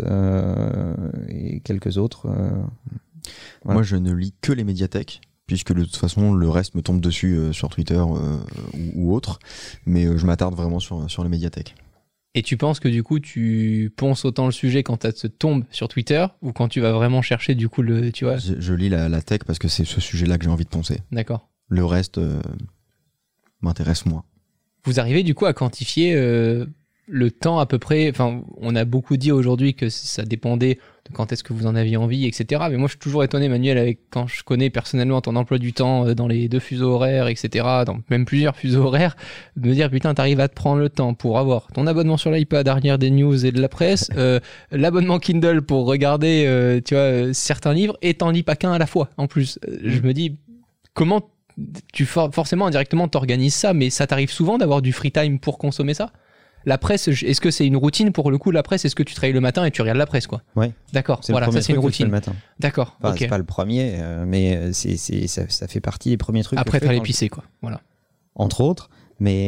et quelques autres... Moi, je ne lis que les médiathèques, puisque de toute façon, le reste me tombe dessus sur Twitter ou autre. Mais je m'attarde vraiment sur les médiathèques. Et tu penses que du coup, tu ponces autant le sujet quand ça te tombe sur Twitter ou quand tu vas vraiment chercher du coup tu vois... Je lis la tech parce que c'est ce sujet-là que j'ai envie de poncer. D'accord. Le reste m'intéresse moins. Vous arrivez du coup à quantifier le temps à peu près, enfin, on a beaucoup dit aujourd'hui que ça dépendait de quand est-ce que vous en aviez envie, etc. Mais moi, je suis toujours étonné, Manuel, quand je connais personnellement ton emploi du temps dans les 2 fuseaux horaires, etc., dans même plusieurs fuseaux horaires, de me dire, putain, t'arrives à te prendre le temps pour avoir ton abonnement sur l'iPad à lire des news et de la presse, l'abonnement Kindle pour regarder, tu vois, certains livres, et t'en lis pas qu'un à la fois, en plus. Je me dis, comment forcément, indirectement, t'organises ça, mais ça t'arrive souvent d'avoir du free time pour consommer ça ? La presse, est-ce que c'est une routine pour le coup, la presse ? Est-ce que tu travailles le matin et tu regardes la presse, quoi ? Ouais. D'accord, voilà, ça c'est une routine. Le matin. D'accord, enfin, c'est pas le premier, mais ça fait partie des premiers trucs. Après, t'as l'épicé, quoi. Voilà. Entre autres, mais...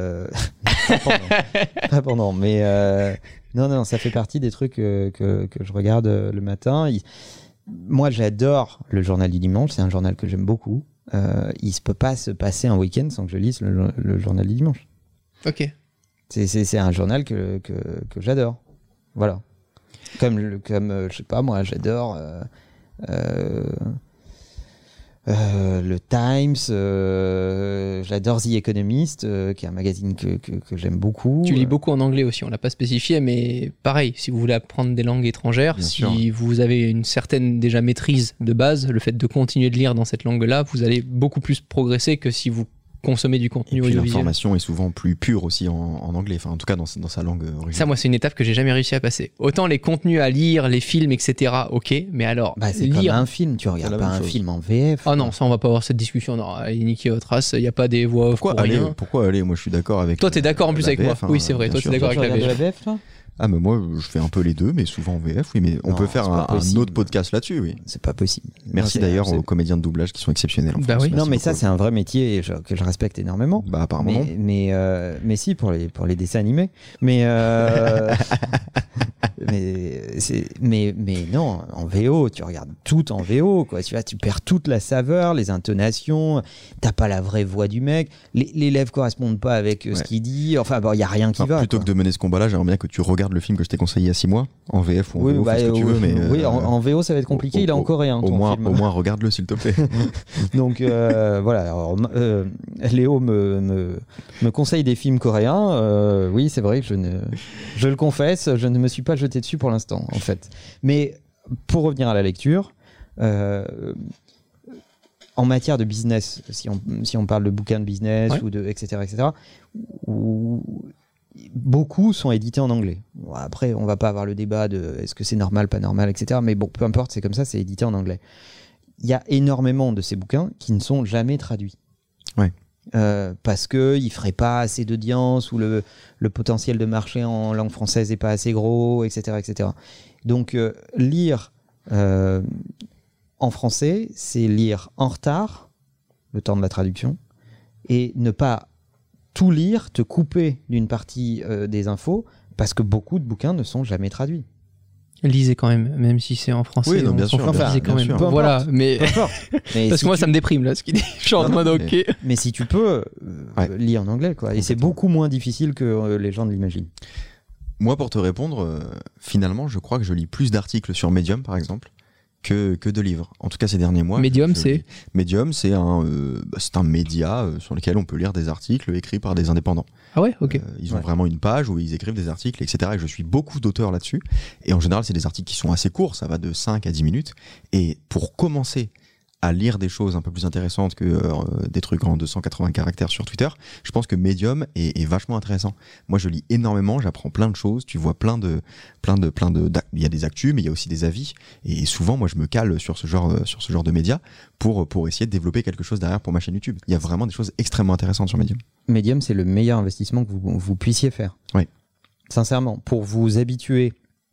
Pas pendant, mais... Non, ça fait partie des trucs que je regarde le matin. Moi, j'adore le Journal du Dimanche, c'est un journal que j'aime beaucoup. Il ne peut pas se passer un week-end sans que je lise le Journal du Dimanche. Ok. C'est un journal que j'adore. Voilà. Comme je sais pas, moi, j'adore le Times, j'adore The Economist, qui est un magazine que j'aime beaucoup. Tu lis beaucoup en anglais aussi, on l'a pas spécifié, mais pareil, si vous voulez apprendre des langues étrangères, bien sûr. Vous avez une certaine déjà maîtrise de base, le fait de continuer de lire dans cette langue-là, vous allez beaucoup plus progresser que si vous consommer du contenu audiovisuel. L'information est souvent plus pure aussi en anglais, enfin en tout cas dans sa langue originale. Ça, moi, c'est une étape que j'ai jamais réussi à passer. Autant les contenus à lire, les films, etc. Ok, mais alors c'est lire comme un film, tu regardes pas un film en VF. Ah non, ça on va pas avoir cette discussion. Non, allez niquer votre race, il y a pas des voix off. Pourquoi aller Moi, je suis d'accord avec. Toi, t'es d'accord en plus avec moi. Oui, c'est vrai. Toi, t'es d'accord avec la VF. La VF, toi ? Ah mais moi je fais un peu les deux, mais souvent en VF, oui, mais on peut faire un autre podcast là-dessus, oui. C'est pas possible. Merci d'ailleurs aux comédiens de doublage qui sont exceptionnels en France. Oui. Non mais ça c'est un vrai métier que je respecte énormément. Bah apparemment non. Mais si pour les dessins animés. Mais non, en VO, tu regardes tout en VO, quoi. Tu perds toute la saveur, les intonations, t'as pas la vraie voix du mec, les lèvres correspondent pas avec ce qu'il dit, enfin bon, il y a rien qui va. Plutôt que de mener ce combat-là, j'aimerais bien que tu regardes le film que je t'ai conseillé il y a 6 mois, en VF ou en VO, fais ce que tu veux, mais... Oui, en VO ça va être compliqué, il est en coréen, au moins regarde-le s'il te plaît. Donc voilà, alors, Léo me conseille des films coréens, oui c'est vrai que je le confesse, je ne me suis pas jeté dessus pour l'instant en fait. Mais pour revenir à la lecture, en matière de business, si on parle de bouquins de business ou de etc., beaucoup sont édités en anglais. Bon, après, on va pas avoir le débat de est-ce que c'est normal, pas normal, etc. Mais bon, peu importe, c'est comme ça, c'est édité en anglais. y a énormément de ces bouquins qui ne sont jamais traduits. Ouais. Parce qu'ils ne feraient pas assez d'audience ou le potentiel de marché en langue française n'est pas assez gros, etc. etc. Donc, lire en français, c'est lire en retard, le temps de la traduction, et ne pas tout lire, te couper d'une partie des infos, parce que beaucoup de bouquins ne sont jamais traduits. Lisez quand même si c'est en français. Oui, non, bien sûr. Lisez quand même. Sûr. Voilà, mais mais parce que moi ça me déprime là, ce qu'il dit. Je suis en mode ok. Mais si tu peux, lis en anglais, quoi. Et c'est beaucoup moins difficile que les gens ne l'imaginent. Moi, pour te répondre, finalement, je crois que je lis plus d'articles sur Medium, par exemple, que de livres. En tout cas, ces derniers mois. Medium, Medium, c'est un média sur lequel on peut lire des articles écrits par des indépendants. Ah ouais, ok. Ils ont vraiment une page où ils écrivent des articles, etc. Et je suis beaucoup d'auteurs là-dessus. Et en général, c'est des articles qui sont assez courts, ça va de 5 à 10 minutes. Et pour commencer à lire des choses un peu plus intéressantes que des trucs en 280 caractères sur Twitter, je pense que Medium est vachement intéressant. Moi, je lis énormément, j'apprends plein de choses, tu vois plein de il y a des actus, mais il y a aussi des avis. Et souvent, moi, je me cale sur ce genre de médias pour essayer de développer quelque chose derrière pour ma chaîne YouTube. Il y a vraiment des choses extrêmement intéressantes sur Medium. Medium, c'est le meilleur investissement que vous puissiez faire. Oui. Sincèrement, pour vous habituer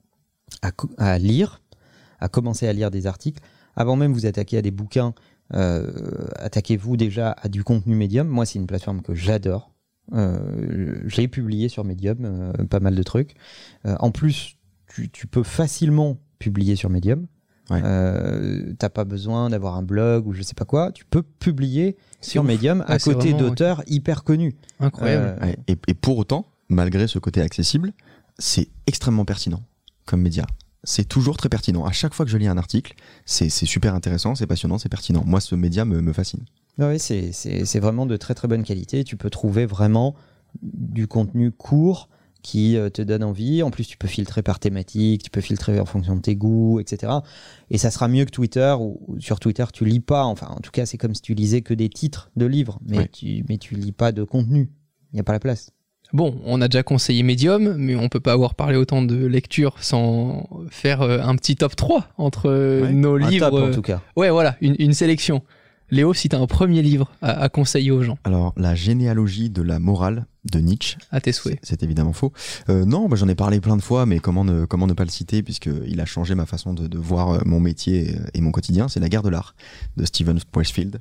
à lire, à commencer à lire des articles, avant même vous attaquer à des bouquins, attaquez-vous déjà à du contenu Medium. Moi, c'est une plateforme que j'adore. J'ai publié sur Medium pas mal de trucs. En plus, tu peux facilement publier sur Medium. Ouais. T'as pas besoin d'avoir un blog ou je sais pas quoi. Tu peux publier sur Medium à côté d'auteurs hyper connus. Incroyable. Et pour autant, malgré ce côté accessible, c'est extrêmement pertinent comme média. C'est toujours très pertinent. À chaque fois que je lis un article, c'est super intéressant, c'est passionnant, c'est pertinent. Moi, ce média me fascine. Oui, c'est vraiment de très très bonne qualité. Tu peux trouver vraiment du contenu court qui te donne envie. En plus, tu peux filtrer par thématique, tu peux filtrer en fonction de tes goûts, etc. Et ça sera mieux que Twitter, où sur Twitter, tu lis pas. Enfin, en tout cas, c'est comme si tu lisais que des titres de livres, mais tu lis pas de contenu. Il n'y a pas la place. Bon, on a déjà conseillé Medium, mais on peut pas avoir parlé autant de lecture sans faire un petit top 3 entre nos livres. Un top, en tout cas. Ouais, voilà, une sélection. Léo, si t'as un premier livre à conseiller aux gens. Alors, La généalogie de la morale de Nietzsche. À tes souhaits. C'est évidemment faux. Non, j'en ai parlé plein de fois, mais comment ne pas le citer, puisqu'il a changé ma façon de voir mon métier et mon quotidien. C'est La guerre de l'art de Steven Pressfield,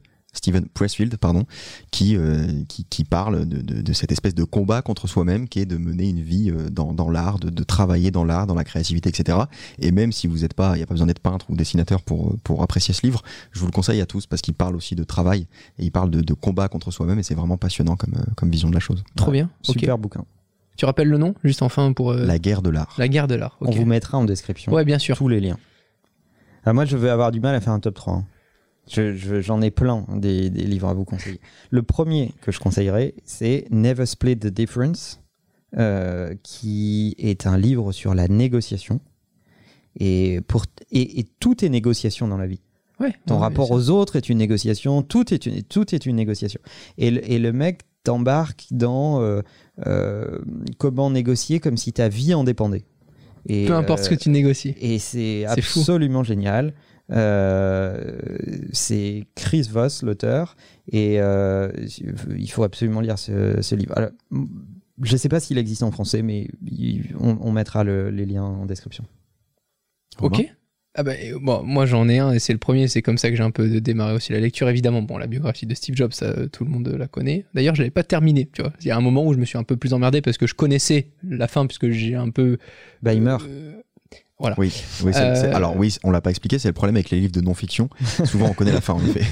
qui parle de cette espèce de combat contre soi-même qui est de mener une vie dans l'art, de travailler dans l'art, dans la créativité, etc. Et même si vous n'êtes pas, il n'y a pas besoin d'être peintre ou dessinateur pour apprécier ce livre, je vous le conseille à tous parce qu'il parle aussi de travail et il parle de combat contre soi-même et c'est vraiment passionnant comme vision de la chose. Trop bien. Super bouquin. Tu rappelles le nom, juste enfin pour... La guerre de l'art. La guerre de l'art. Okay. On vous mettra en description. Ouais, bien sûr. Tous les liens. Alors moi, je vais avoir du mal à faire un top 3. Hein. J'en ai plein des livres à vous conseiller. Le premier que je conseillerais, c'est Never Split the Difference, qui est un livre sur la négociation. Et tout est négociation dans la vie. Ouais, Ton rapport aux autres est une négociation, tout est une négociation. Et le mec t'embarque dans comment négocier comme si ta vie en dépendait. Et, peu importe ce que tu négocies. Et c'est absolument génial. C'est Chris Voss, l'auteur, et il faut absolument lire ce livre. Alors, je ne sais pas s'il existe en français, mais on mettra les liens en description. Ok. Ah bah, bon, moi j'en ai un et c'est le premier, c'est comme ça que j'ai un peu démarré aussi la lecture. Évidemment, bon, la biographie de Steve Jobs, ça, tout le monde la connaît. D'ailleurs, je l'avais pas terminée, tu vois. Il y a un moment où je me suis un peu plus emmerdé parce que je connaissais la fin, puisque j'ai un peu... il meurt. Voilà. Oui, alors oui, on l'a pas expliqué, c'est le problème avec les livres de non-fiction. Souvent, on connaît la fin, en effet.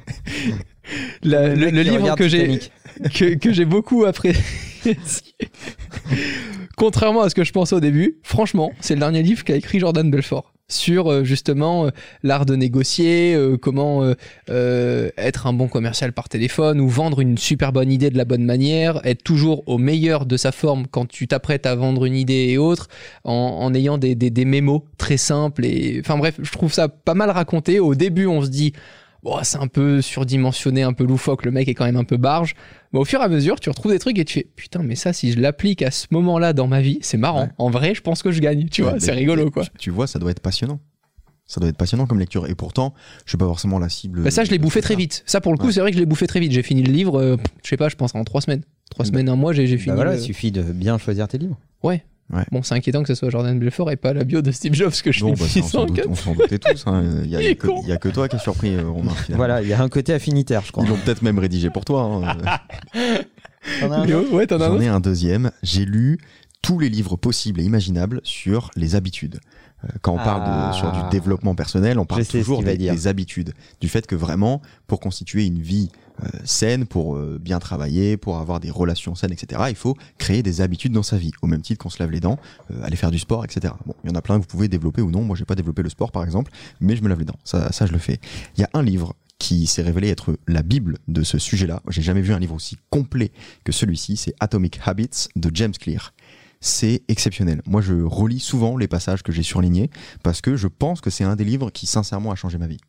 Le livre que j'ai beaucoup apprécié, contrairement à ce que je pensais au début, franchement, c'est le dernier livre qu'a écrit Jordan Belfort sur justement l'art de négocier, comment être un bon commercial par téléphone ou vendre une super bonne idée de la bonne manière, être toujours au meilleur de sa forme quand tu t'apprêtes à vendre une idée et autres, en ayant des mémos très simples. Et enfin bref, je trouve ça pas mal raconté. Au début, on se dit bon, c'est un peu surdimensionné, un peu loufoque, le mec est quand même un peu barge. Mais au fur et à mesure, tu retrouves des trucs et tu fais putain, mais ça, si je l'applique à ce moment-là dans ma vie, c'est marrant. Ouais. En vrai, je pense que je gagne, tu vois, c'est rigolo, quoi. Tu vois, ça doit être passionnant. Ça doit être passionnant comme lecture. Et pourtant, je suis pas forcément la cible. Bah ça, je l'ai bouffé très vite. Ça, pour le coup, c'est vrai que je l'ai bouffé très vite. J'ai fini le livre, je sais pas, je pense en 3 semaines. 3 semaines, 1 mois, j'ai fini. Voilà, il suffit de bien choisir tes livres. Ouais. Bon, c'est inquiétant que ce soit Jordan Belfort et pas la bio de Steve Jobs que je finis on s'en doutait tous. Il y a que toi qui es surpris, Romain. Finalement. Voilà, il y a un côté affinitaire, je crois. Ils l'ont peut-être même rédigé pour toi. T'en as un autre ? Ouais, t'en as un autre. J'en ai un deuxième. J'ai lu tous les livres possibles et imaginables sur les habitudes. Quand on parle sur du développement personnel, on parle toujours des habitudes. Du fait que vraiment, pour constituer une vie saine, pour bien travailler, pour avoir des relations saines, etc., il faut créer des habitudes dans sa vie. Au même titre qu'on se lave les dents, aller faire du sport, etc. Bon, il y en a plein que vous pouvez développer ou non. Moi, j'ai pas développé le sport, par exemple, mais je me lave les dents. Ça, je le fais. Il y a un livre qui s'est révélé être la Bible de ce sujet-là. J'ai jamais vu un livre aussi complet que celui-ci. C'est Atomic Habits de James Clear. C'est exceptionnel. Moi, je relis souvent les passages que j'ai surlignés parce que je pense que c'est un des livres qui, sincèrement, a changé ma vie.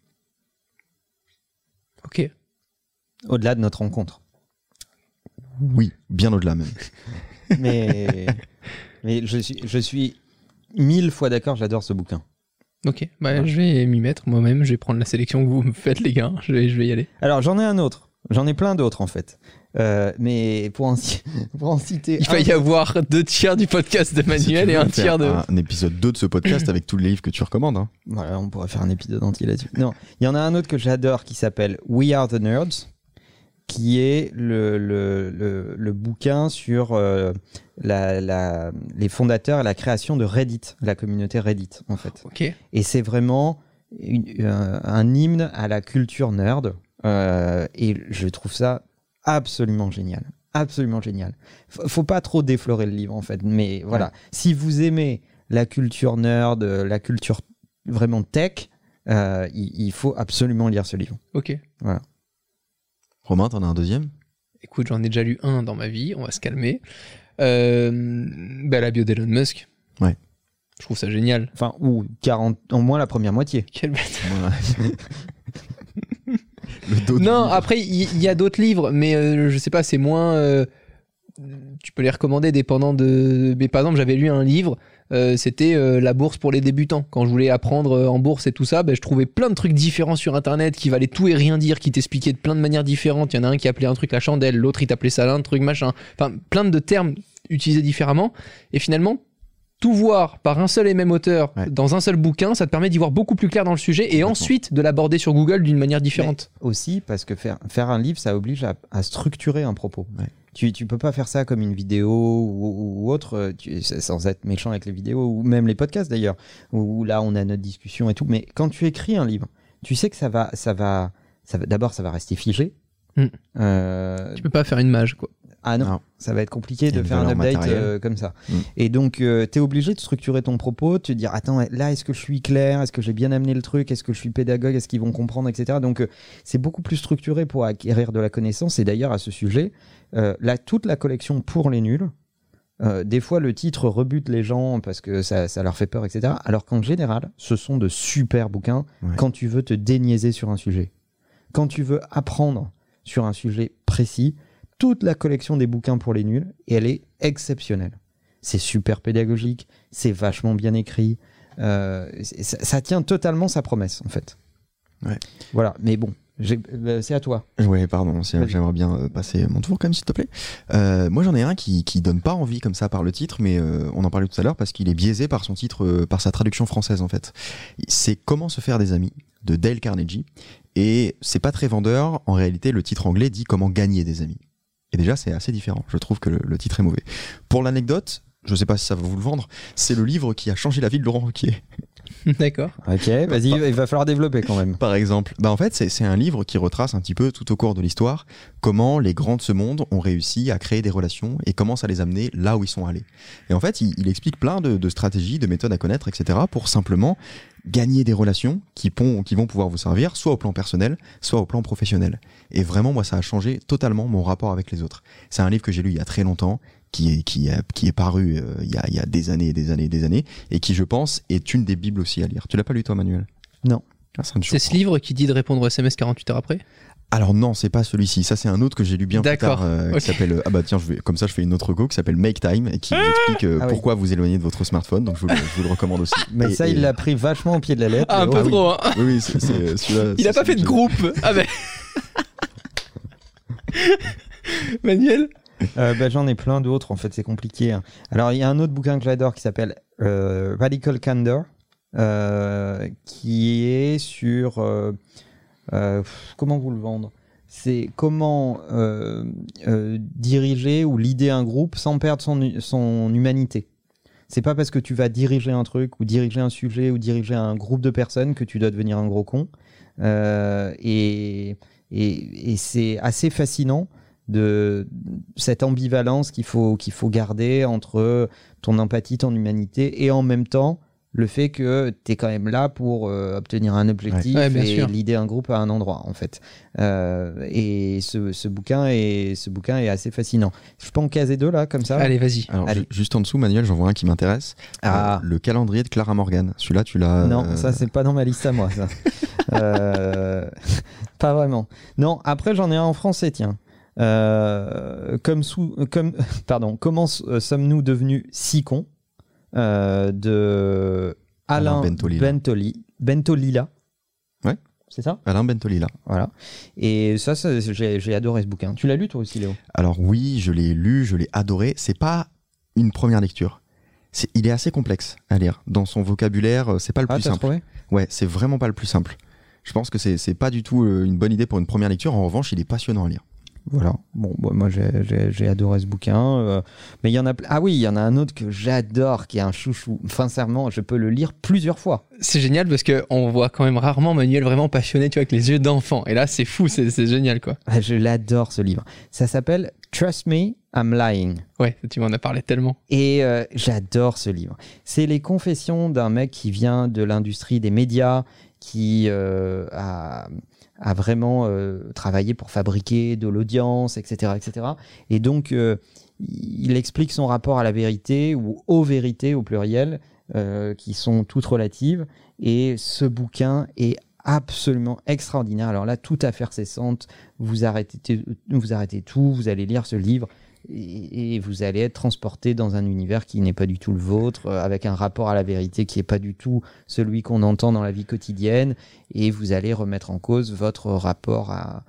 Ok. Au-delà de notre rencontre. Oui, bien au-delà même. mais je suis 1000 fois d'accord, j'adore ce bouquin. Ok, je vais m'y mettre moi-même, je vais prendre la sélection que vous me faites, les gars, je vais y aller. Alors, j'en ai un autre. J'en ai plein d'autres, en fait. Mais pour en citer... Il va y avoir 2 tiers du podcast de Manuel et 1 tiers de... un épisode 2 de ce podcast avec tous les livres que tu recommandes. Hein. Voilà, on pourrait faire un épisode entier là-dessus. Non, il y en a un autre que j'adore qui s'appelle We Are the Nerds, qui est le bouquin sur les fondateurs et la création de Reddit, la communauté Reddit, en fait. Okay. Et c'est vraiment un hymne à la culture nerd. Et je trouve ça absolument génial. Absolument génial. Faut pas trop déflorer le livre, en fait. Mais voilà, ouais. Si vous aimez la culture nerd, la culture vraiment tech, il faut absolument lire ce livre. Ok. Voilà. Romain, t'en as un deuxième ? Écoute, j'en ai déjà lu un dans ma vie, on va se calmer. La bio d'Elon Musk. Ouais. Je trouve ça génial. Enfin, ou 40, au moins la première moitié. Quelle bête. Non, après, il y a d'autres livres, mais je sais pas, c'est moins... tu peux les recommander dépendant de... Mais par exemple, j'avais lu un livre, c'était la bourse pour les débutants. Quand je voulais apprendre en bourse et tout ça, je trouvais plein de trucs différents sur Internet qui valaient tout et rien dire, qui t'expliquaient de plein de manières différentes. Il y en a un qui appelait un truc la chandelle, l'autre il t'appelait ça l'un, truc machin. Enfin, plein de termes utilisés différemment. Et finalement, tout voir par un seul et même auteur dans un seul bouquin, ça te permet d'y voir beaucoup plus clair dans le sujet et ensuite de l'aborder sur Google d'une manière différente. Mais aussi parce que faire un livre, ça oblige à structurer un propos. Ouais. Tu peux pas faire ça comme une vidéo ou autre, sans être méchant avec les vidéos ou même les podcasts d'ailleurs, où là on a notre discussion et tout. Mais quand tu écris un livre, tu sais que ça va d'abord ça va rester figé. Tu peux pas faire une mage quoi. Ah non, ça va être compliqué de faire un update comme ça. Et donc, tu es obligé de structurer ton propos, de te dire, attends, là, est-ce que je suis clair ? Est-ce que j'ai bien amené le truc ? Est-ce que je suis pédagogue ? Est-ce qu'ils vont comprendre, etc. Donc, c'est beaucoup plus structuré pour acquérir de la connaissance. Et d'ailleurs, à ce sujet, toute la collection Pour les nuls, des fois, le titre rebute les gens parce que ça leur fait peur, etc. Alors qu'en général, ce sont de super bouquins quand tu veux te déniaiser sur un sujet. Quand tu veux apprendre sur un sujet précis, toute la collection des bouquins pour les nuls, et elle est exceptionnelle. C'est super pédagogique, c'est vachement bien écrit, ça tient totalement sa promesse, en fait. Ouais. Voilà, mais bon, c'est à toi. Oui, pardon, j'aimerais bien passer mon tour quand même, s'il te plaît. Moi, j'en ai un qui donne pas envie comme ça par le titre, mais on en parlait tout à l'heure parce qu'il est biaisé par son titre, par sa traduction française, en fait. C'est Comment se faire des amis, de Dale Carnegie, et c'est pas très vendeur. En réalité, le titre anglais dit Comment gagner des amis. Et déjà, c'est assez différent. Je trouve que le titre est mauvais. Pour l'anecdote, je sais pas si ça va vous le vendre, c'est le livre qui a changé la vie de Laurent Ruquier. D'accord. Ok, vas-y, il va falloir développer quand même. Par exemple, en fait, c'est un livre qui retrace un petit peu tout au cours de l'histoire comment les grands de ce monde ont réussi à créer des relations et comment ça les a amenés là où ils sont allés. Et en fait, il explique plein de stratégies, de méthodes à connaître, etc. pour simplement gagner des relations qui vont pouvoir vous servir soit au plan personnel, soit au plan professionnel. Et vraiment, moi, ça a changé totalement mon rapport avec les autres. C'est un livre que j'ai lu il y a très longtemps, qui est paru il y a des années et des années et des années, et qui, je pense, est une des bibles aussi à lire. Tu l'as pas lu, toi, Manuel ? Non. C'est ce livre qui dit de répondre au SMS 48 heures après ? Alors non, c'est pas celui-ci. Ça, c'est un autre que j'ai lu bien plus tard, qui s'appelle. Ah bah tiens, comme ça, je fais une autre go qui s'appelle Make Time et qui vous explique pourquoi vous éloignez de votre smartphone. Donc je vous le recommande aussi. Mais ça, il l'a pris vachement au pied de la lettre. Ah, un peu trop. Hein. Oui, c'est celui-là. Il a pas fait de groupe. Ah ben. Manuel. J'en ai plein d'autres. En fait, c'est compliqué. Hein. Alors, il y a un autre bouquin que j'adore qui s'appelle Radical Candor, qui est sur comment vous le vendre. C'est comment diriger ou leader un groupe sans perdre son humanité. C'est pas parce que tu vas diriger un truc ou diriger un sujet ou diriger un groupe de personnes que tu dois devenir un gros con. Et c'est assez fascinant de cette ambivalence qu'il faut garder entre ton empathie, ton humanité et en même temps le fait que tu es quand même là pour obtenir un objectif et leader un groupe à un endroit en fait. Et ce bouquin est assez fascinant. Je peux en caser deux là comme ça. Allez, vas-y. Alors, juste en dessous, Manuel, j'en vois un qui m'intéresse. Le calendrier de Clara Morgan. Celui-là, tu l'as. Non, ça c'est pas dans ma liste à moi. Ça. Pas vraiment. Non. Après, j'en ai un en français. Tiens. Comment sommes-nous devenus si cons de Alain Bentolila. Ouais. C'est ça ? Alain Bentolila. Voilà. Et ça j'ai adoré ce bouquin. Tu l'as lu toi aussi, Léo ? Alors oui, je l'ai lu, je l'ai adoré. C'est pas une première lecture. Il est assez complexe à lire. Dans son vocabulaire, c'est pas le plus simple. Trouvé ? Ouais, c'est vraiment pas le plus simple. Je pense que c'est pas du tout une bonne idée pour une première lecture. En revanche, il est passionnant à lire. Voilà. Bon, moi j'ai adoré ce bouquin. Mais il y en a. Ah oui, il y en a un autre que j'adore, qui est un chouchou. Sincèrement, je peux le lire plusieurs fois. C'est génial parce que on voit quand même rarement Manuel vraiment passionné, tu vois, avec les yeux d'enfant. Et là, c'est fou, c'est génial, quoi. Je l'adore ce livre. Ça s'appelle Trust Me, I'm Lying. Ouais, tu m'en as parlé tellement. Et j'adore ce livre. C'est les confessions d'un mec qui vient de l'industrie des médias, qui a vraiment travaillé pour fabriquer de l'audience, etc., etc. Et donc, il explique son rapport à la vérité, ou aux vérités au pluriel, qui sont toutes relatives. Et ce bouquin est absolument extraordinaire. Alors là, toute affaire cessante, vous arrêtez tout, vous allez lire ce livre, et vous allez être transporté dans un univers qui n'est pas du tout le vôtre, avec un rapport à la vérité qui n'est pas du tout celui qu'on entend dans la vie quotidienne, et vous allez remettre en cause votre rapport à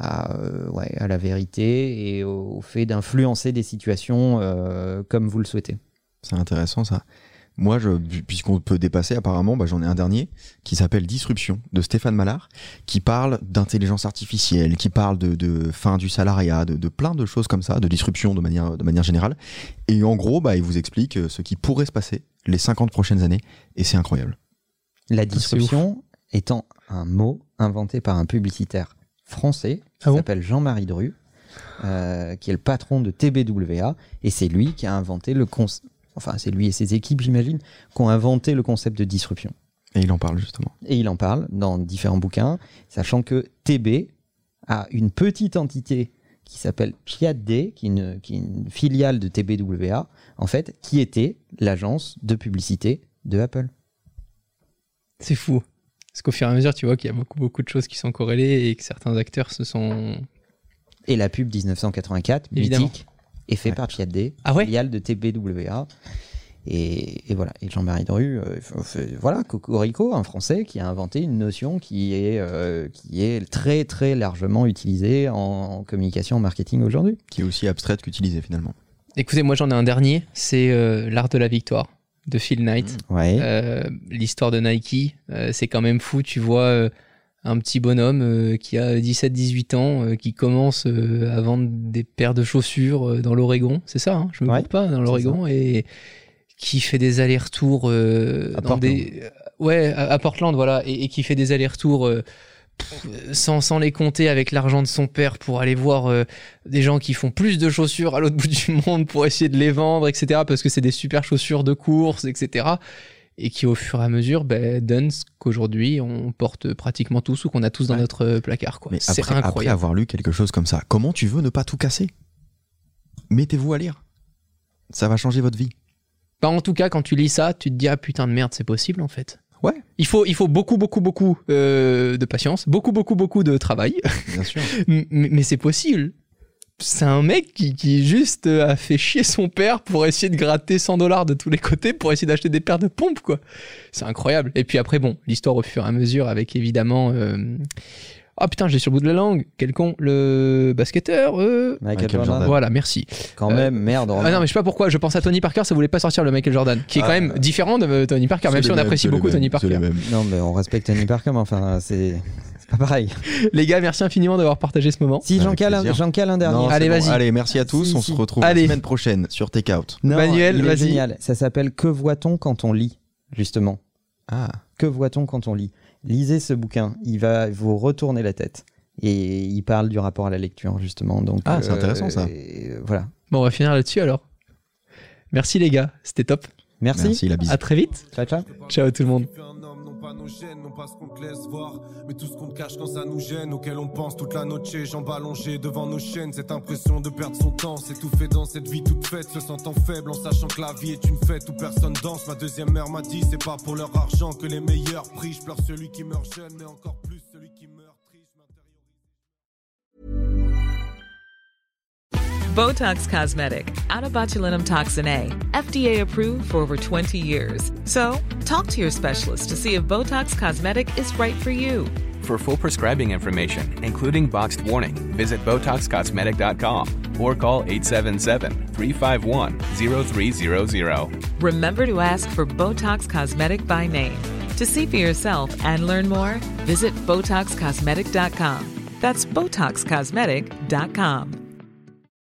la vérité et au fait d'influencer des situations comme vous le souhaitez. C'est intéressant ça. Moi, puisqu'on peut dépasser apparemment, j'en ai un dernier qui s'appelle Disruption de Stéphane Mallard, qui parle d'intelligence artificielle, qui parle de fin du salariat, de plein de choses comme ça, de disruption de manière générale. Et en gros, il vous explique ce qui pourrait se passer les 50 prochaines années, et c'est incroyable. La disruption étant un mot inventé par un publicitaire français qui s'appelle Jean-Marie Dru, qui est le patron de TBWA, et c'est lui qui a inventé c'est lui et ses équipes, j'imagine, qui ont inventé le concept de disruption. Et il en parle justement. Et il en parle dans différents bouquins, sachant que TB a une petite entité qui s'appelle Chiat-D, qui est une filiale de TBWA, en fait, qui était l'agence de publicité de Apple. C'est fou. Parce qu'au fur et à mesure, tu vois qu'il y a beaucoup de choses qui sont corrélées et que certains acteurs se sont... Et la pub 1984, mythique, est fait par Chiat-D, filiale de TBWA. Et voilà. Et Jean-Marie Dru, Cocorico, un Français qui a inventé une notion qui est très très largement utilisée en communication, en marketing aujourd'hui. Qui est aussi abstraite qu'utilisée finalement. Écoutez, moi j'en ai un dernier, c'est L'Art de la Victoire de Phil Knight. L'histoire de Nike, c'est quand même fou, tu vois... un petit bonhomme qui a 17-18 ans, qui commence à vendre des paires de chaussures dans l'Oregon, c'est ça, hein, je me trompe pas, dans l'Oregon, et qui fait des allers-retours à Portland, voilà, et qui fait des allers-retours sans les compter avec l'argent de son père pour aller voir des gens qui font plus de chaussures à l'autre bout du monde pour essayer de les vendre, etc., parce que c'est des super chaussures de course, etc., et qui au fur et à mesure donnent ce qu'aujourd'hui on porte pratiquement tous ou qu'on a tous dans notre placard, quoi. Mais c'est incroyable. Après avoir lu quelque chose comme ça, comment tu veux ne pas tout casser ? Mettez-vous à lire. Ça va changer votre vie. En tout cas, quand tu lis ça, tu te dis ah putain de merde, c'est possible en fait. Ouais. Il faut beaucoup de patience, beaucoup de travail. Bien sûr. mais c'est possible. C'est un mec qui juste a fait chier son père pour essayer de gratter $100 de tous les côtés pour essayer d'acheter des paires de pompes, quoi. C'est incroyable. Et puis après, bon, l'histoire au fur et à mesure avec évidemment... Oh putain, j'ai sur le bout de la langue. Quel con, le basketteur. Michael Jordan. Voilà, merci. Quand même, merde. Ah non, mais je sais pas pourquoi. Je pense à Tony Parker, ça voulait pas sortir le Michael Jordan, qui est quand même différent de Tony Parker, même si on apprécie beaucoup Tony Parker. Non, mais on respecte Tony Parker, mais enfin, c'est pas pareil. Les gars, merci infiniment d'avoir partagé ce moment. Si, j'en cale un dernier. Non, allez, vas-y. Allez, merci à tous. On se retrouve la semaine prochaine sur Takeout. Manuel, vas-y. Génial. Ça s'appelle Que voit-on quand on lit, justement. Que voit-on quand on lit? Lisez ce bouquin. Il va vous retourner la tête. Et il parle du rapport à la lecture, justement. Donc, c'est intéressant, ça. Voilà. Bon, on va finir là-dessus, alors. Merci, les gars. C'était top. Merci. La bise. À très vite. Ciao tout le monde. Pas nos gènes, non pas ce qu'on te laisse voir, mais tout ce qu'on te cache quand ça nous gêne, auquel on pense toute la noche, jambes allongées devant nos chaînes, cette impression de perdre son temps, s'étouffer dans cette vie toute faite, se sentant faible en sachant que la vie est une fête où personne danse. Ma deuxième mère m'a dit, c'est pas pour leur argent que les meilleurs prient, je pleure celui qui meurt jeune, mais encore plus celui qui meurt triste. Botox Cosmetic, out of botulinum toxin A, FDA approved for over 20 years. So, talk to your specialist to see if Botox Cosmetic is right for you. For full prescribing information, including boxed warning, visit BotoxCosmetic.com or call 877-351-0300. Remember to ask for Botox Cosmetic by name. To see for yourself and learn more, visit BotoxCosmetic.com. That's BotoxCosmetic.com.